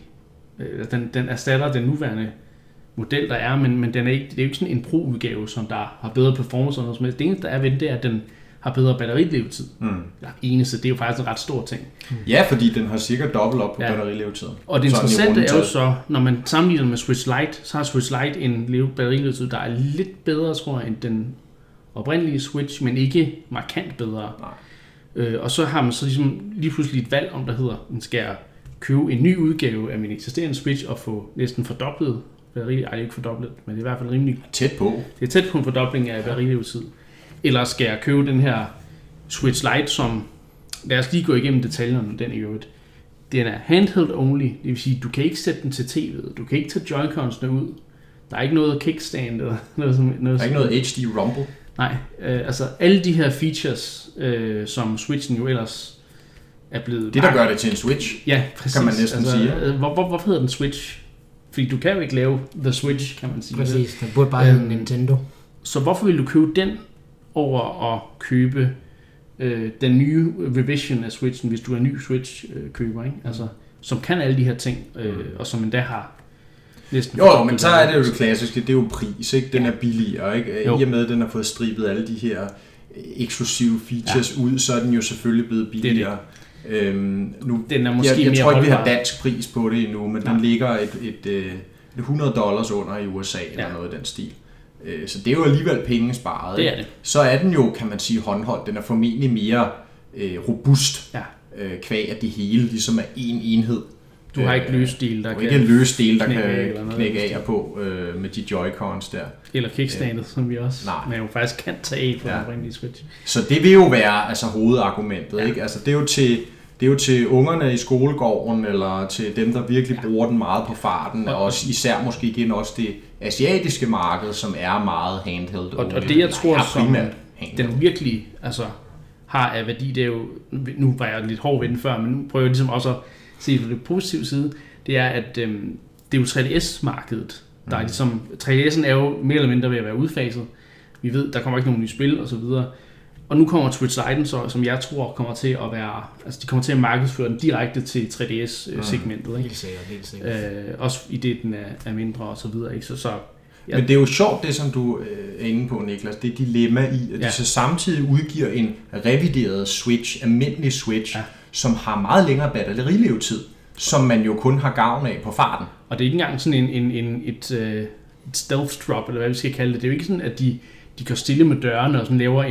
den erstatter den nuværende model, der er, men det er jo ikke sådan en Pro-udgave, som der har bedre performance og noget som helst. Det eneste, der er ved det, er, at den har bedre batterilevetid. Det er jo faktisk en ret stor ting. Ja, fordi den har cirka dobbelt op på batterilevetiden. Og det interessante er jo så, når man sammenligner med Switch Lite, så har Switch Lite en batterilevetid, der er lidt bedre, tror jeg, end den oprindelige Switch, men ikke markant bedre. Og så har man så ligesom lige pludselig et valg om, der hedder, man skal købe en ny udgave af min eksisterende Switch og få næsten fordoblet batteri. Ej, det er ikke fordoblet, men det er i hvert fald rimelig tæt på. Det er tæt på en fordobling af batterilevetid. Eller skal jeg købe den her Switch Lite, som, lad os lige gå igennem detaljerne om den i øvrigt. Den er handheld only, det vil sige, du kan ikke sætte den til tv'et, du kan ikke tage Joy-Cons'ene ud, der er ikke noget kickstand eller noget som... Der er ikke noget HD rumble. Nej, altså alle de her features, som Switchen jo ellers er blevet... Det, der gør det til en Switch, ja, præcis. Kan man næsten sige. Hvorfor hedder den Switch? Fordi du kan jo ikke lave The Switch, kan man sige. Præcis, den burde bare hedde Nintendo. Så hvorfor vil du købe den over at købe den nye revision af Switchen, hvis du er en ny Switch-køber, ikke? Altså, som kan alle de her ting, og som endda har næsten... Jo, men så er det jo det klassiske, det er jo pris, ikke? Den er billigere, ikke? I og med, at den har fået stribet alle de her eksklusive features ud, så er den jo selvfølgelig blevet billigere. Nu, den er måske jeg tror ikke, mere vi har dansk pris på det endnu, men den ligger et $100 under i USA, eller noget af den stil. Så det er jo alligevel penge sparet. Det er det. Så er den jo, kan man sige, håndholdt. Den er formentlig mere robust, kvæg at det hele ligesom er en enhed. Du har ikke løsdel, der kan ikke en løsdel, der kan knække af på med de Joy-Cons der. Eller kickstandet, som vi også man jo faktisk kan tage af på den oprindelige Switch. Så det vil jo være altså hovedargumentet, ikke? Altså det er jo til ungerne i skolegården, eller til dem, der virkelig bruger den meget på farten, og også især måske igen også det asiatiske marked, som er meget handheld. Og det jeg tror, som den virkelig har af værdi, det er jo, nu var jeg lidt hård ved den før, men nu prøver jeg ligesom også at se på det positive side, det er, at det er jo 3DS-markedet. Der er ligesom, 3DS'en er jo mere eller mindre ved at være udfaset. Vi ved, der kommer ikke nogen nye spil og så videre. Og nu kommer Switch Lite'en så, som jeg tror kommer til at være, altså de kommer til at markedsføre den direkte til 3DS-segmentet, ikke? Helt sikkert. Også i det, den er mindre og så videre, ikke? Så ja. Men det er jo sjovt, det som du er inde på, Niklas, det dilemma i, at de så samtidig udgiver en revideret Switch, almindelig Switch, som har meget længere batterilevetid, som man jo kun har gavn af på farten. Og det er ikke engang sådan et stealth drop, eller hvad vi skal kalde det. Det er jo ikke sådan, at de går stille med dørene og sådan laver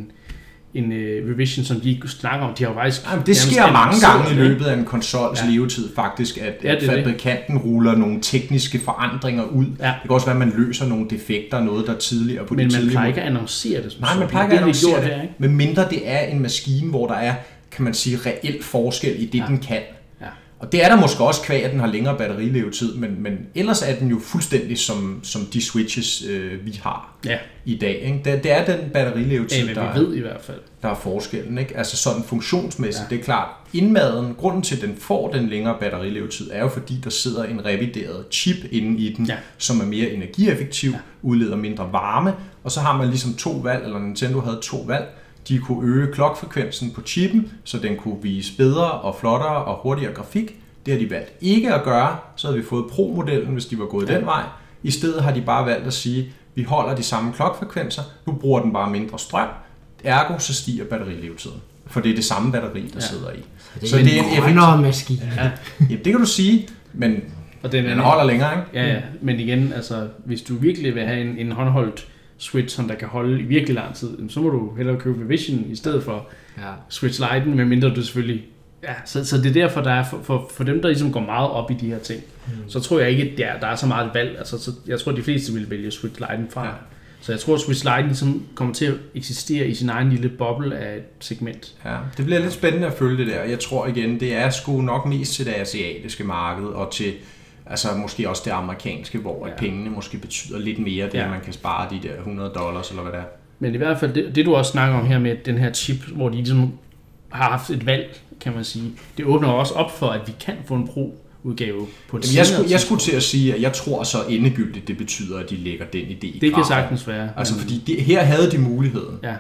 en revision, som de ikke snakker om. De har jo faktisk... Jamen, det sker mange gange i løbet af en konsols levetid faktisk, at fabrikanten ruller nogle tekniske forandringer ud. Ja. Det kan også være, at man løser nogle defekter, noget der tidligere på det tidligere. Men man plejer ikke at annoncere det. Nej, man plejer ikke at annoncere det, men mindre det er en maskine, hvor der er, kan man sige, reel forskel i det, den kan. Ja. Og det er der måske også kvæg, at den har længere batterilevetid, men ellers er den jo fuldstændig som de Switches, vi har i dag. Ikke? Det er den batterilevetid, vi ved i hvert fald. Der er forskellen. Ikke? Altså sådan funktionsmæssigt, det er klart. Indmaden, grunden til, at den får den længere batterilevetid, er jo fordi, der sidder en revideret chip inde i den, som er mere energieffektiv, udleder mindre varme, og så har man ligesom to valg, eller Nintendo havde to valg. De kunne øge klokfrekvensen på chippen, så den kunne vise bedre og flottere og hurtigere grafik. Det har de valgt ikke at gøre, så havde vi fået Pro-modellen, hvis de var gået den vej. I stedet har de bare valgt at sige, vi holder de samme klokfrekvenser, nu bruger den bare mindre strøm, ergo så stiger batterilevetiden. For det er det samme batteri, der sidder i. Så det er en grønnere maskine. Ja, det kan du sige, men og den holder længere, ikke? Ja, men igen, altså, hvis du virkelig vil have en håndholdt Switch, som der kan holde i virkelig lang tid, så må du hellere købe Vision i stedet for Switch Lite'en, medmindre du selvfølgelig... Ja, så det er derfor, der er for dem, der ligesom går meget op i de her ting, så tror jeg ikke, at der er så meget valg. Altså, så jeg tror, at de fleste vil vælge Switch Lite'en fra. Ja. Så jeg tror, at Switch Lite'en ligesom kommer til at eksistere i sin egen lille boble af et segment. Ja, det bliver lidt spændende at følge det der. Jeg tror igen, det er sgu nok mest til det asiatiske marked, og til altså måske også det amerikanske, hvor pengene måske betyder lidt mere, det man kan spare de der $100 eller hvad det er. Men i hvert fald, det du også snakker om her med den her chip, hvor de ligesom har haft et valg, kan man sige. Det åbner også op for, at vi kan få en Pro-udgave på et jeg skulle til at sige, at jeg tror så endegyldigt, det betyder, at de lægger den idé i det kan sagtens være. Altså fordi her havde de muligheden. Ja.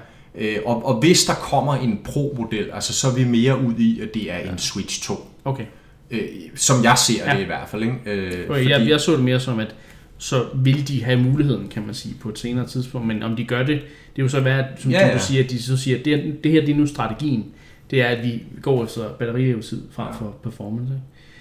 Og hvis der kommer en Pro-model, altså så er vi mere ud i, at det er en Switch 2. Okay. Som jeg ser det i hvert fald. Ikke? Fordi jeg så det mere som, at så vil de have muligheden, kan man sige, på et senere tidspunkt. Men om de gør det, det er jo så værd, som du siger, at de så siger, at det her det er nu strategien. Det er, at vi går efter batterilevetid frem for performance.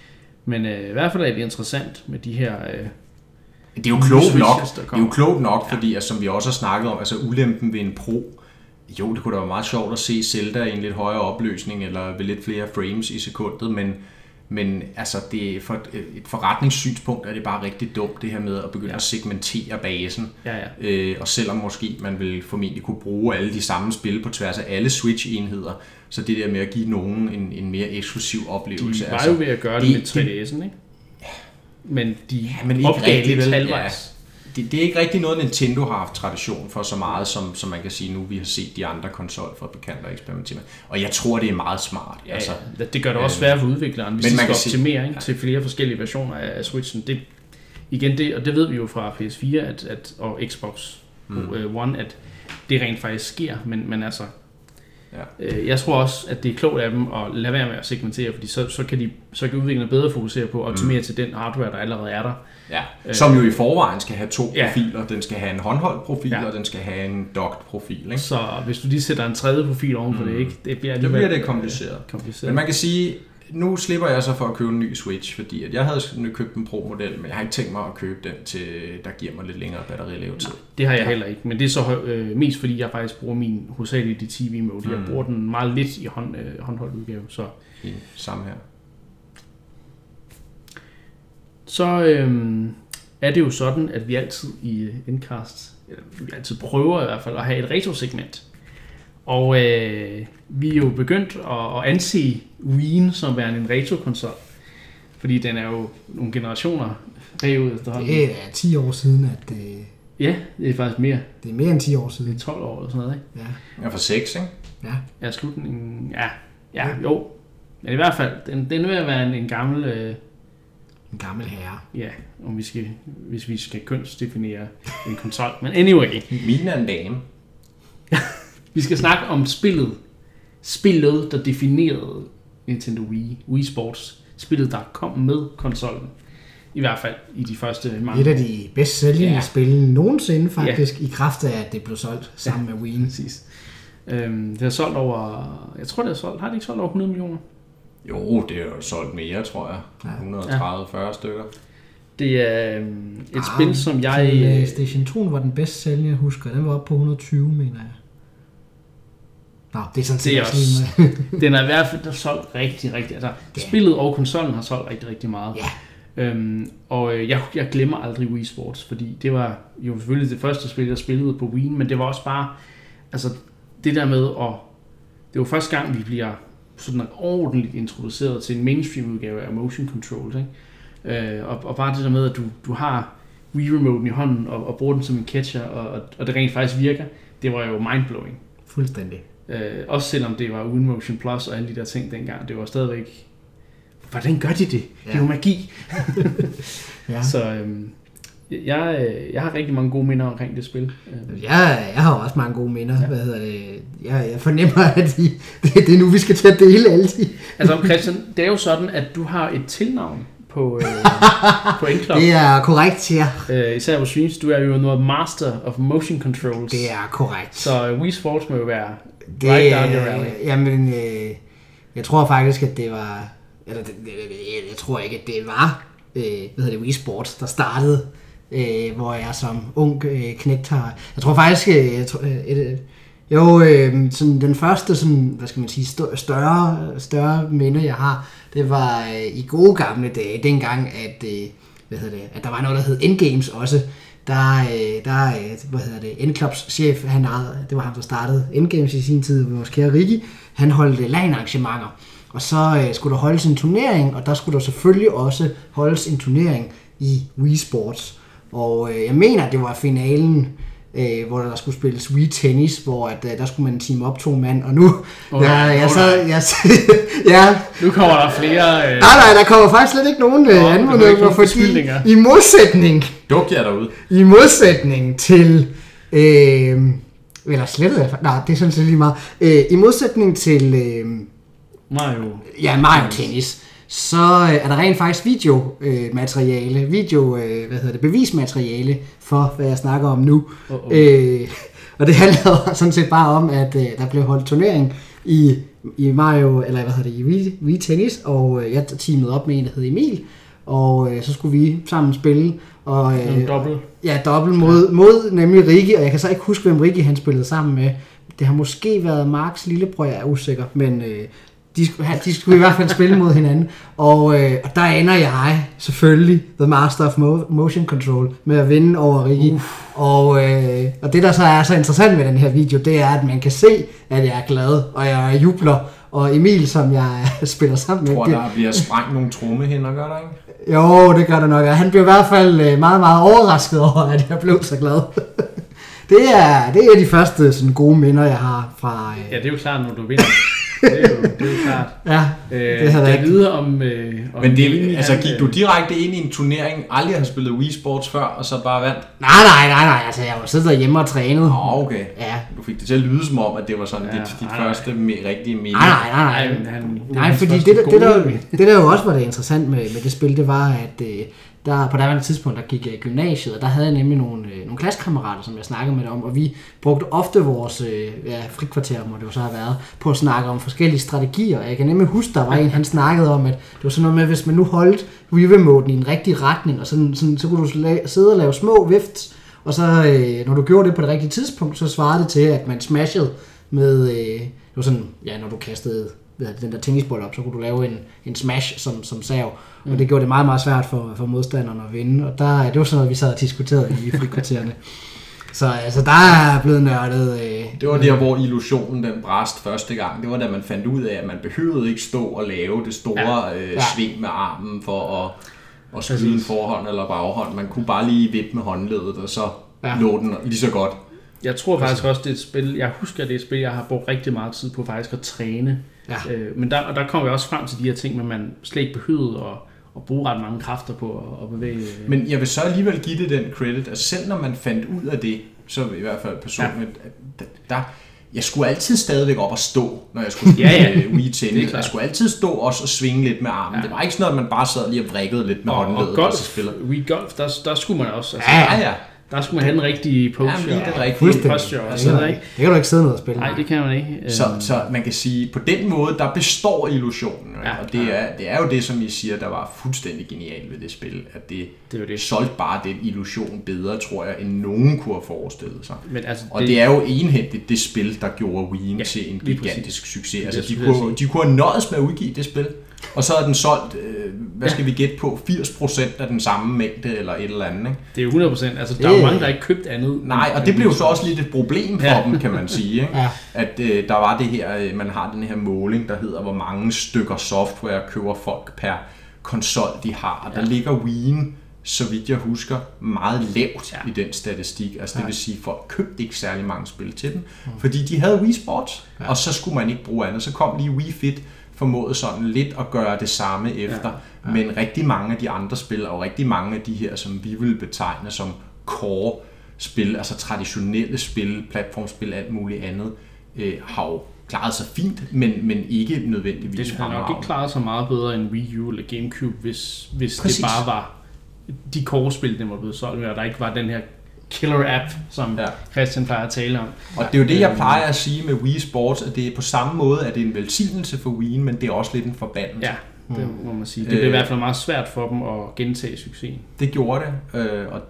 Men i hvert fald er det interessant med de her... det er jo klogt nok, det er jo klogt nok, fordi altså, som vi også har snakket om, altså ulempen ved en Pro, jo, det kunne da være meget sjovt at se Zelda i en lidt højere opløsning, eller ved lidt flere frames i sekundet, men altså det for et forretningssynspunkt er det bare rigtig dumt, det her med at begynde at segmentere basen. Og selvom måske man vil formentlig kunne bruge alle de samme spil på tværs af alle Switch-enheder, så det der med at give nogen en mere eksklusiv oplevelse. De var jo ved at gøre det med 3DS'en, ikke? Men de opgav lidt halvvejs. Det er ikke rigtig noget, Nintendo har haft tradition for så meget, som man kan sige nu, vi har set de andre konsolfabrikanter eksperimentere med. Og jeg tror, det er meget smart. Ja, altså, det gør det også svært for udvikleren, hvis de skal optimere til flere forskellige versioner af Switchen. Og det ved vi jo fra PS4 og Xbox One, at det rent faktisk sker, men altså... Ja. Jeg tror også, at det er klogt af dem at lade være med at segmentere, fordi så kan udviklerne bedre fokusere på at optimere til den hardware, der allerede er der. Ja. Som jo i forvejen skal have to profiler. Den skal have en håndholdt profil, og den skal have en docked profil. Ikke? Så hvis du lige sætter en tredje profil oven på det, ikke? Det bliver det kompliceret. Men man kan sige, nu slipper jeg så for at købe en ny Switch, fordi at jeg havde købt en Pro-model, men jeg har ikke tænkt mig at købe den, der giver mig lidt længere batterilevetid. Det har jeg heller ikke, men det er så mest fordi, jeg faktisk bruger min hovedsageligt i TV-mode. Jeg bruger den meget lidt i håndholdt udgave. Så. Samme her. Så er det jo sådan, at vi altid i Endcast, vi altid prøver i hvert fald at have et retro-segment. Og vi er jo begyndt at anse Wii'en som værende en retro-konsol, fordi den er jo nogle generationer bagud efterhånden. Det er 10 år siden, at... Ja, det er faktisk mere. Det er mere end 10 år siden. Det er 12 år eller sådan noget, ikke? Ja, for 6, ikke? Ja, slutningen... Ja, jo. Men i hvert fald, den vil være en gammel... En gammel herre. Ja, hvis vi skal kønsdefinere en konsol. Men anyway. Min er en dame. Vi skal snakke om spillet, der definerede Nintendo Wii Sports. Spillet, der kom med konsollen. I hvert fald i de første mange. Et af de bedst sælgende spil nogensinde faktisk, i kraft af, at det blev solgt sammen med Wii. Præcis. Det har solgt over, jeg tror det har solgt, har det ikke solgt over 100 millioner? Jo, det er jo solgt mere, tror jeg. 130-40 stykker. Det er et spil, som jeg... PlayStation 2 var den bedst sælgende, jeg husker. Den var oppe på 120, mener jeg. Nå, det er sådan set også. Den er i hvert fald solgt rigtig. Altså, spillet og konsollen har solgt rigtig meget. Ja. Og jeg glemmer aldrig Wii Sports, fordi det var jo selvfølgelig det første spil, jeg spillede på Wii, men det var også bare, altså det der med, og det var første gang, vi bliver sådan ordentligt introduceret til en mainstream udgave af motion controls, ikke? Og bare det der med, at du har Wii-remoten i hånden og bruger den som en catcher, og det rent faktisk virker, det var jo mindblowing. Fuldstændig. Også selvom det var uden Motion Plus og alle de der ting dengang, det var stadigvæk... Hvordan gør de det? Det er jo magi. Så jeg har rigtig mange gode minder omkring det spil. Jeg har også mange gode minder. Jeg fornemmer, at det er nu, vi skal til at dele alle de. Altså Christian, det er jo sådan, at du har et tilnavn på N-Club. Det er korrekt, ja. Især på streams, du er jo noget master of motion controls. Det er korrekt. Så Wii Sports må jo være right down your alley. Jamen, jeg tror faktisk, at det var... Eller jeg tror ikke, at det var Wii Sports, der startede, hvor jeg som ung knægt har... Jeg tror faktisk... sådan den første sådan, hvad skal man sige, større minde, jeg har, det var i gode gamle dage, dengang, at der var noget, der hed N-Games også. N-Clubs chef, det var ham, der startede N-Games i sin tid, vores kære Ricky, han holdt LAN-arrangementer. Og så skulle der holdes en turnering, og der skulle der selvfølgelig også holdes en turnering i Wii Sports. Og jeg mener, at det var finalen, hvor der skulle spilles Wii Tennis, hvor der skulle man team op 2 mand, og nu... Nu kommer der flere... Nej, der kommer faktisk slet ikke nogen anmodninger, fordi i modsætning... Duk jer derude. I modsætning til... eller slettet... Nej, det er sådan set lige meget. I modsætning til... Mario Tennis. Så er der rent faktisk bevismateriale for, hvad jeg snakker om nu. Og det handler sådan set bare om, at der blev holdt turnering i Mario, eller i Wii Tennis, og jeg teamede op med en, der hed Emil, og så skulle vi sammen spille. Og, dobbelt? Ja, dobbelt mod nemlig Ricky, og jeg kan så ikke huske, hvem Ricky han spillede sammen med. Det har måske været Marks lillebror, jeg er usikker, men... De skulle i hvert fald spille mod hinanden, og der ender jeg selvfølgelig, The Master of Motion Control, med at vinde over Ricky. Og det der så er så interessant med den her video, det er, at man kan se, at jeg er glad, og jeg jubler, og Emil, som jeg spiller sammen med... Tror der bliver sprængt nogle trommehinder, gør der ikke? Jo, det gør der nok, og han blev i hvert fald meget, meget overrasket over, at jeg blev så glad. Det er de første sådan, gode minder, jeg har fra... Ja, det er jo klart, når du vinder. Det er jo klart. Ja, det havde jeg videre om men det, altså gik du direkte ind i en turnering, aldrig har spillet Wii Sports før, og så bare vandt? Nej, altså jeg var siddet derhjemme og trænet. Okay. Ja. Du fik det til at lyde som om, at det var sådan dit første rigtige minde. Nej, fordi det der jo også var det interessant med det spil, det var, at der på daværende tidspunkt, der gik jeg i gymnasiet, og der havde jeg nemlig nogle klassekammerater, som jeg snakkede med om, og vi brugte ofte vores frikvarter, må det jo så have været, på at snakke om forskellige strategier. Og jeg kan nemlig huske, der var en, han snakkede om, at det var sådan noget med, hvis man nu holdt Wii-remoten i en rigtig retning, og så kunne du sidde og lave små vifts, og så når du gjorde det på det rigtige tidspunkt, så svarede det til, at man smashede med, det var sådan, når du kastede den der tennisbold op, så kunne du lave en smash som sav, og det gjorde det meget, meget svært for modstanderne at vinde, og det var sådan noget, vi sad og diskuterede i frikvartererne. Så altså, der er blevet nørdet. Det var der, hvor illusionen den brast første gang. Det var da man fandt ud af, at man behøvede ikke stå og lave det store sving med armen for at skyde en forhånd eller baghånd. Man kunne bare lige vippe med håndledet, og så lå den lige så godt. Jeg tror faktisk også, det er et spil, jeg husker, det er et spil, jeg har brugt rigtig meget tid på faktisk at træne. Ja. Men der kommer vi også frem til de her ting, men man slet ikke behøvede at bruge ret mange kræfter på at bevæge. Men jeg vil så alligevel give det den credit, at selv når man fandt ud af det, så i hvert fald personligt, jeg skulle altid stadigvæk op og stå, når jeg skulle spille Wii Tennis. Jeg skulle altid stå også og svinge lidt med armen. Ja. Det var ikke sådan noget, at man bare sad lige og vrikkede lidt med håndledet. Og golf, Wii Golf, der skulle man også. Altså, ja. Der skulle man have den rigtige posture. Ja, den rigtige posture. Det kan du ikke sidde ned og spille. Nej, det kan man ikke. Så man kan sige, på den måde, der består illusionen. Ja, og det er jo det, som I siger, der var fuldstændig genialt ved det spil. At det solgte bare den illusion bedre, tror jeg, end nogen kunne have forestillet sig. Men altså, og det er jo enhændigt det spil, der gjorde Wii'en til en gigantisk succes. Altså, de kunne have nøjes med at udgive det spil. Og så er den solgt, hvad skal vi gætte på, 80% af den samme mængde eller et eller andet. Ikke? Det er jo 100%, altså der er jo mange, der ikke købt andet. Nej, og det blev jo så også lidt et problem for dem, kan man sige. Ikke? At der var det her, man har den her måling, der hedder, hvor mange stykker software køber folk per konsol, de har. Og der ligger Wii'en, så vidt jeg husker, meget lavt i den statistik. Altså det vil sige, at folk købte ikke særlig mange spil til dem, fordi de havde Wii Sports, og så skulle man ikke bruge andet. Så kom lige Wii Fit, formåede sådan lidt at gøre det samme efter, men rigtig mange af de andre spil, og rigtig mange af de her, som vi vil betegne som core-spil, altså traditionelle spil, platformspil, alt muligt andet, har jo klaret sig fint, men ikke nødvendigvis. Det har nok ikke klaret sig meget bedre end Wii U eller GameCube, hvis det bare var de core-spil, der var blevet solgt, og der ikke var den her killer-app, som Christian plejer at tale om. Og det er jo det, jeg plejer at sige med Wii Sports, at det er på samme måde, at det er en velsignelse for Wii'en, men det er også lidt en forbandelse. Ja, det må man sige. Det blev i hvert fald meget svært for dem at gentage succesen. Det gjorde det, og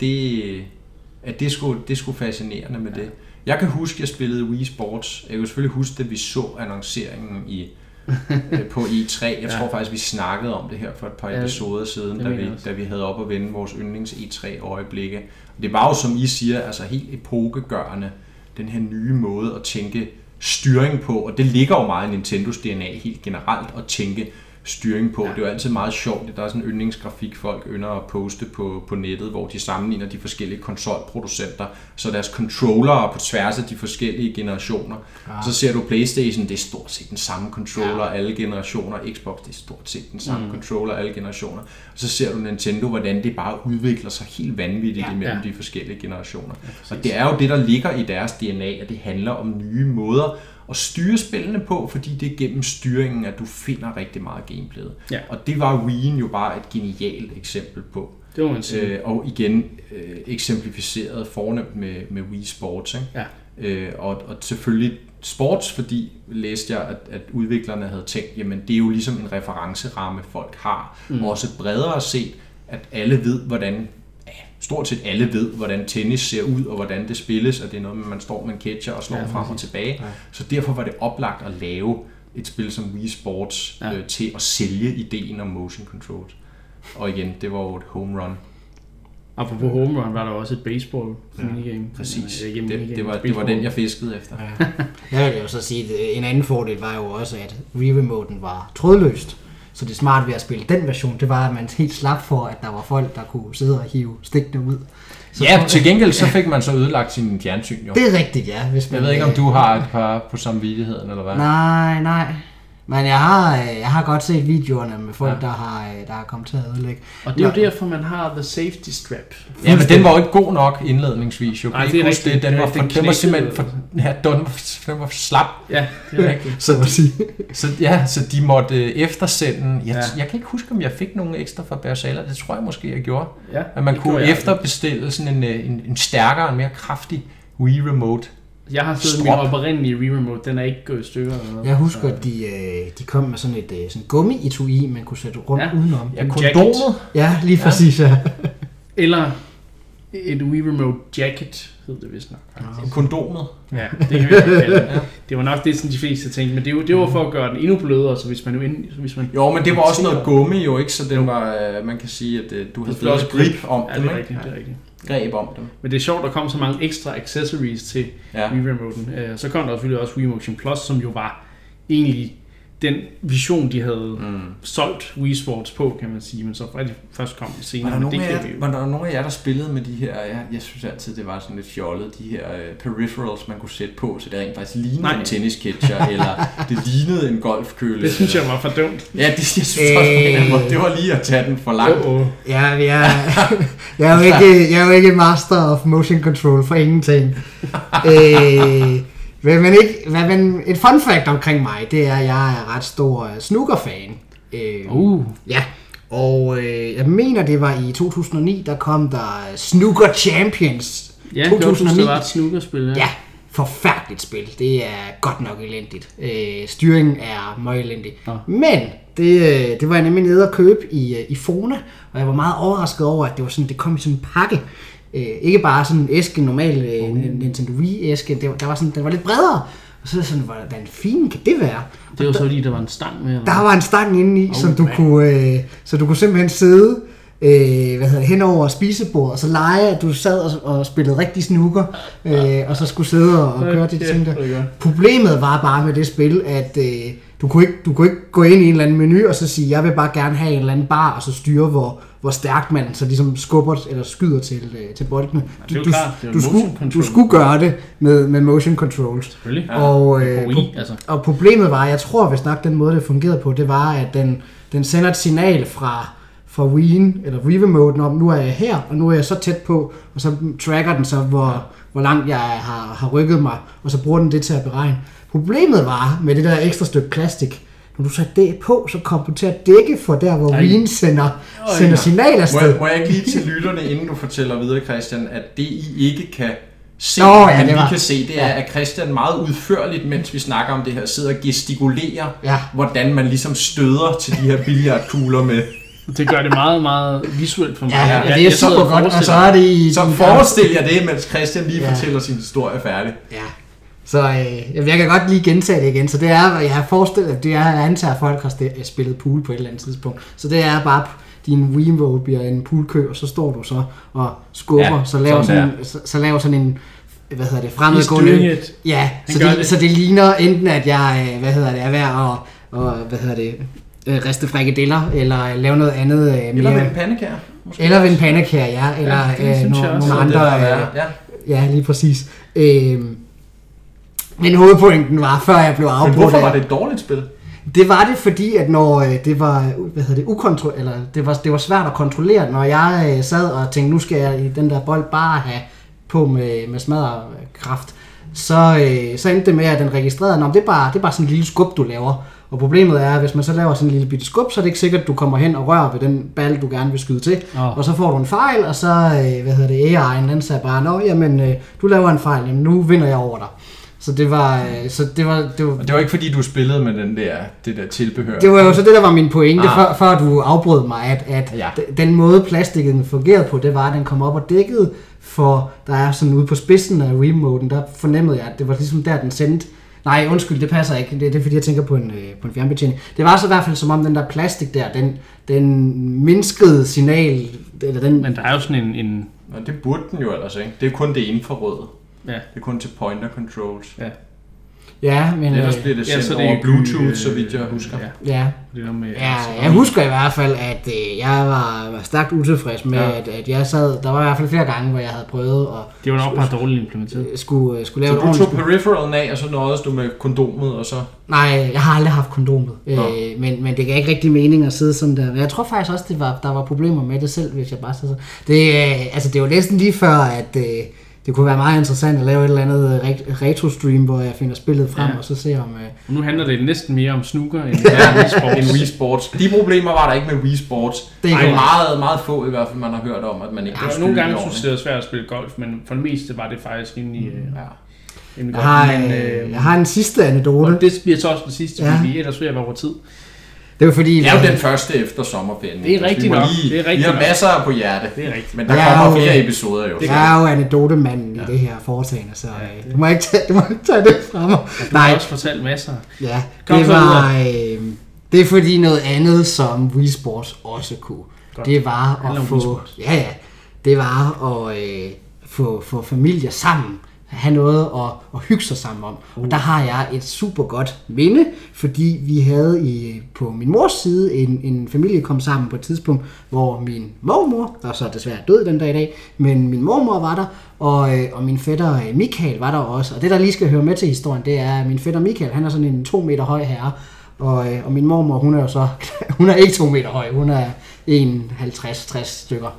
det er sgu fascinerende med det. Jeg kan huske, at jeg spillede Wii Sports. Jeg kan selvfølgelig huske, at vi så annonceringen på E3. Jeg tror faktisk, vi snakkede om det her for et par episoder siden, da vi havde op at vende vores yndlings E3-øjeblikke. Det var jo, som I siger, altså helt epokegørende, den her nye måde at tænke styring på, og det ligger jo meget i Nintendos DNA helt generelt at tænke styring på. Det er jo altid meget sjovt. Der er sådan en yndlingsgrafik, folk ynder at poste på nettet, hvor de sammenligner de forskellige konsolproducenter, så deres controllere på tværs af de forskellige generationer. Og så ser du PlayStation, det er stort set den samme controller alle generationer. Xbox, det er stort set den samme controller alle generationer. Og så ser du Nintendo, hvordan det bare udvikler sig helt vanvittigt imellem de forskellige generationer. Og det er jo det, der ligger i deres DNA, at det handler om nye måder at styre spillene på, fordi det er gennem styringen, at du finder rigtig meget gameplayet. Ja. Og det var Wii'en jo bare et genialt eksempel på. Det må man sige. Og igen eksemplificeret fornemt med Wii Sports. Ikke? Ja. Og selvfølgelig Sports, fordi læste jeg, at udviklerne havde tænkt, jamen det er jo ligesom en referenceramme, folk har. Også bredere set, at alle ved, hvordan stort set alle ved, hvordan tennis ser ud, og hvordan det spilles, og det er noget, man står med en catcher og slår frem og tilbage. Ja. Så derfor var det oplagt at lave et spil som Wii Sports til at sælge ideen om motion controls. Og igen, det var jo et home run. Apropos home run, var der også et baseball minigame. Præcis. Det var den, jeg fiskede efter. Ja. Jeg vil jo så sige, at en anden fordel var jo også, at Wii-remoten var trådløst. Så det smarte ved at spille den version, det var, at man helt slap for, at der var folk, der kunne sidde og hive stikkene ud. Så til gengæld så fik man så ødelagt sin fjernsyn, jo. Det er rigtigt, ja. Hvis man, jeg ved ikke, om du har et par på samvittigheden, eller hvad? Nej. Men jeg har godt set videoerne med folk, der har kommet til at ødelægge. Og det er jo derfor, man har the safety strap. Ja, men den var jo ikke god nok indledningsvis. Nej, det er rigtigt. Den var simpelthen den var slap. Ja, det er rigtigt. Så at sige. Så de måtte eftersende. Jeg kan ikke huske, om jeg fik nogle ekstra fra Bergsala. Det tror jeg måske, jeg gjorde. Ja, at man kunne efterbestille sådan en stærkere, en mere kraftig Wii Remote. Jeg har siddet min oprindelige Wii Remote, den er ikke gået i stykker. Jeg husker, at de kom med sådan et sådan gummi-etui, man kunne sætte rundt udenom. Ja, kondomet. Ja, lige præcis, ja. Eller et Wii Remote jacket, hed det vist nok. Kondomet. Ja, det kan vi godt kalde det. Det var nok det, som de fleste tænkte, men det var for at gøre den endnu blødere, så hvis man jo, men det var også noget gummi jo, ikke? Så den var, man kan sige, at du havde fået grip om dem, ikke? Det er rigtigt. Greb om dem. Men det er sjovt, der kom så mange ekstra accessories til Wii Remoten. Så kom der selvfølgelig også Wii Motion Plus, som jo var egentlig den vision, de havde solgt Wii Sports på, kan man sige, men så først kom det senere. Var der nogen af jer, der spillede med de her, jeg synes altid, det var sådan lidt fjollet, de her peripherals, man kunne sætte på, så det rent faktisk lignede en tennisketcher, eller det lignede en golfkølle. Det synes jeg var for dumt. Ja, jeg synes også, det var lige at tage den for langt. Ja, jeg er jo ikke master of motion control for ingenting. Men et fun fact omkring mig, det er, at jeg er ret stor snooker-fan. Ja, og jeg mener, det var i 2009, der kom der Snooker Champions. Ja, 2009. Det var et snookerspil. Ja, forfærdeligt spil. Det er godt nok elendigt. Styringen er meget elendig. Men det var jeg nemlig nede at købe i Fona, og jeg var meget overrasket over, at det var sådan, det kom i sådan en pakke. Ikke bare sådan en æske, normal Nintendo Wii-æske, den var lidt bredere. Og så sådan, hvordan fint kan det være? Det var så fordi, der var en stang med. Der var en stang inde i, som du kunne simpelthen sidde hen over spisebordet, og så lege, at du sad og spillede rigtig snooker, og så skulle sidde og køre de ting der. Problemet var bare med det spil, at du kunne ikke gå ind i en eller anden menu, og så sige, jeg vil bare gerne have en eller anden bar, og så styre, hvor stærkt man så ligesom skubber eller skyder til boldene. Du skulle gøre det med motion controls. Selvfølgelig. Og problemet var, jeg tror vist nok den måde det fungerede på, det var, at den sender et signal fra Wii'en, eller Wii-remoten om, nu er jeg her, og nu er jeg så tæt på, og så tracker den så, hvor langt jeg har rykket mig, og så bruger den det til at beregne. Problemet var, med det der ekstra stykke plastik, når du satte det på, så kom du til at dække for der, hvor Wii'en sender signaler afsted. Må jeg ikke lige til lytterne, inden du fortæller videre, Christian, at det I ikke kan se, men vi kan se, det er, at Christian meget udførligt, mens vi snakker om det her, sidder og gestikulerer, hvordan man ligesom støder til de her billiardkugler med. Det gør det meget, meget visuelt for mig. Ja, det er super godt, og så er det i... Så forestil jer det, mens Christian lige fortæller sin historie færdig. Ja, så jeg kan godt lige gentage det igen. Så det er, jeg har forestillet, det er, jeg antager, at folk har spillet pool på et eller andet tidspunkt. Så det er bare, din Wiimote bliver en poolkø, og så står du så og skubber, så laver sådan en... fremadgående... Ja, så det ligner enten, at jeg er ved at riste frikadeller, eller lave noget andet mere... Eller ved en pandekær. Eller ved en pandekær, ja. Eller nogle andre... Ja, lige præcis. Men hovedpointen var, før jeg blev afbrudt... Men hvorfor var det et dårligt spil? Det var det, fordi at når det var, det var svært at kontrollere, når jeg sad og tænkte, nu skal jeg i den der bold bare have på med smadrekraft, så endte det med, at den registrerede, det er bare sådan en lille skub, du laver. Og problemet er, at hvis man så laver sådan en lille bitte skub, så er det ikke sikkert, at du kommer hen og rører ved den ball, du gerne vil skyde til. Og så får du en fejl, og så, AI'en, den sagde bare, du laver en fejl, jamen nu vinder jeg over dig. Så det var... Det var ikke fordi, du spillede med det der tilbehør? Det var jo så det, der var min pointe, før du afbrød mig, at den måde plastikken fungerede på, det var, at den kom op og dækkede, for der er sådan ude på spidsen af remoten, der fornemmede jeg, at det var ligesom der, den sendte. Nej, undskyld, det passer ikke. Det er fordi, jeg tænker på en fjernbetjening. Det var så i hvert fald som om den der plastik der, den mindskede signal, eller den... Men der er jo sådan en... Og det burde den jo ellers, ikke? Det er kun det infrarøde. Ja. Det er kun til pointer controls. Ja. Ja, men... Ellers bliver det sendt over Bluetooth, så vidt jeg husker. Ja. Jeg husker i hvert fald, at jeg var stærkt utilfreds med, at jeg sad... Der var i hvert fald flere gange, hvor jeg havde prøvet at... Det var nok bare dårligt implementeret. Skulle lave så du tog peripheralen af, og så nåedes du med kondomet, og så... Nej, jeg har aldrig haft kondomet. Men det gav ikke rigtig mening at sidde sådan der. Jeg tror faktisk også, der var problemer med det selv, hvis jeg bare sidder sådan. Det er jo næsten lige før, at... Det kunne være meget interessant at lave et eller andet retro-stream, hvor jeg finder spillet frem, og så ser om... Nu handler det næsten mere om snooker end Wii Sports. De problemer var der ikke med Wii Sports. Det er meget, meget få i hvert fald, man har hørt om, at man ikke kan styre. Nogle gange synes det er svært at spille golf, men for det meste var det faktisk rimelig godt. Jeg har en sidste anekdote. Og det bliver så også den sidste, fordi ellers vil jeg være over tid. Det er fordi... Det er jo den første efter sommerferien. Det er rigtigt nok. Vi har masser på hjerte. Det er rigtigt. Men der kommer flere episoder jo. Jeg er jo anekdotemanden i det her foretagende, så du må ikke tage det fra mig. Du har også fortalt masser. Ja, det er fordi noget andet, som Wii Sports også kunne. Godt. Det var at få... Det var at få familier sammen. Have noget at hygge sig sammen om. Og der har jeg et super godt minde, fordi vi havde på min mors side en familie kom sammen på et tidspunkt, hvor min mormor, der er så desværre død den dag i dag, men min mormor var der, og min fætter Michael var der også. Og det, der lige skal høre med til historien, det er, at min fætter Michael, han er sådan en 2 meter høj herre, og min mormor, hun er jo så, hun er ikke 2 meter høj, hun er 1,50-60 stykker.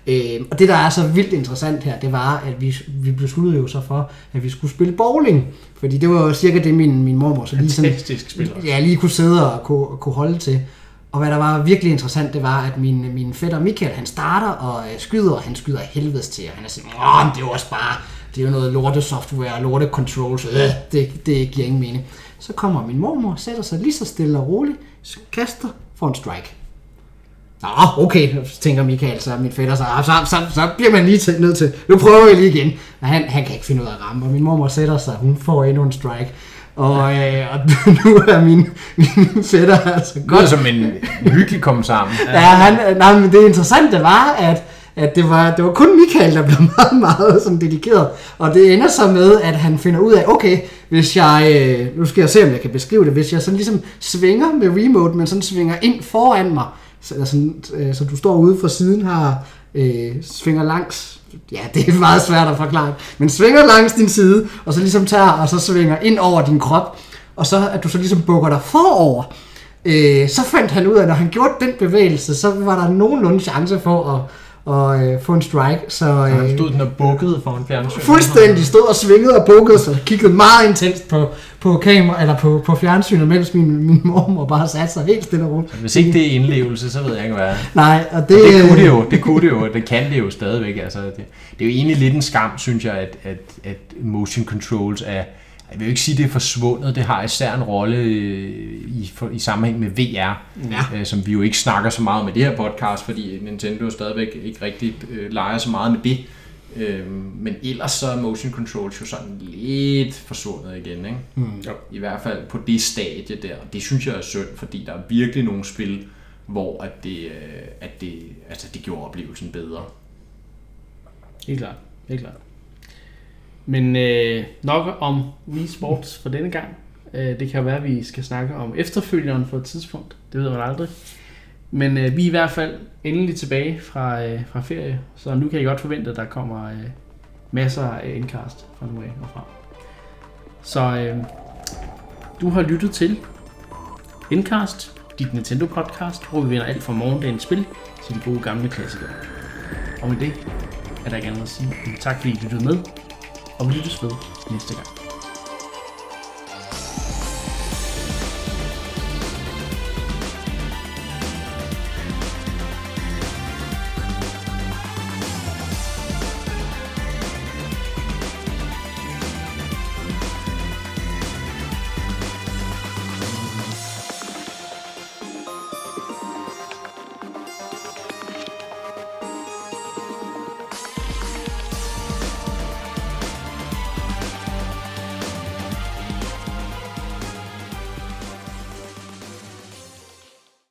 Og det, der er så vildt interessant her, det var, at vi besluttede jo så for, at vi skulle spille bowling. Fordi det var jo cirka det, min mormor så fantastisk spil også. Ja, lige kunne sidde og kunne holde til. Og hvad der var virkelig interessant, det var, at min fætter Michael, han starter og skyder, og han skyder helvedes til. Og han er sådan, det er jo også bare, det er jo noget lorte software, lorte controls, det giver ingen mening. Så kommer min mormor, sætter sig lige så stille og roligt, kaster for en strike. Nå, okay, tænker Michael, så min fætter, så bliver man lige nødt til, nu prøver vi lige igen. Men han kan ikke finde ud af at ramme, og min mormor sætter sig, hun får endnu en strike. Og nu er min fætter altså godt. Det er som en hyggelig komme sammen. Ja, men det interessante var, at det var kun Michael, der blev meget, meget sådan dedikeret. Og det ender så med, at han finder ud af, okay, hvis jeg, nu skal jeg se, om jeg kan beskrive det, hvis jeg sådan ligesom svinger med remote, men sådan svinger ind foran mig, så du står ude for siden her, svinger langs, ja, det er meget svært at forklare, men svinger langs din side, og så ligesom tager, og så svinger ind over din krop, og så at du så ligesom bukker dig forover, så fandt han ud af, at når han gjorde den bevægelse, så var der nogenlunde chance for at få en strike. Så han stod den og bukkede foran fjernsynet. Fuldstændig stod og svingede og bukkede, så kiggede meget intenst på kamera eller på fjernsynet, mens min mormor bare satte sig helt stille og roligt. Hvis ikke det er indlevelse, så ved jeg ikke hvad. Nej, og det kunne det jo, det kan det jo stadigvæk. Altså, det er jo egentlig lidt en skam, synes jeg, at motion controls er, jeg vil jo ikke sige, det er forsvundet. Det har især en rolle i sammenhæng med VR, som vi jo ikke snakker så meget med det her podcast, fordi Nintendo stadigvæk ikke rigtig leger så meget med det. Men ellers så er motion controls jo sådan lidt forsvundet igen, ikke? I hvert fald på det stadie der. Det synes jeg er synd, fordi der er virkelig nogle spil, hvor det gjorde oplevelsen bedre. Helt klart. Men nok om Wii Sports for denne gang. Det kan være, at vi skal snakke om efterfølgeren på et tidspunkt. Det ved man aldrig. Men vi er i hvert fald endelig tilbage fra ferie. Så nu kan I godt forvente, at der kommer masser af indkast fra nu af og frem. Så du har lyttet til Indkast, dit Nintendo podcast, hvor vi vinder alt fra morgendagens spil til de gode gamle klassikere. Og med det er der ikke andet at sige. Tak fordi I lyttede med. Og vi lyttes ved næste gang.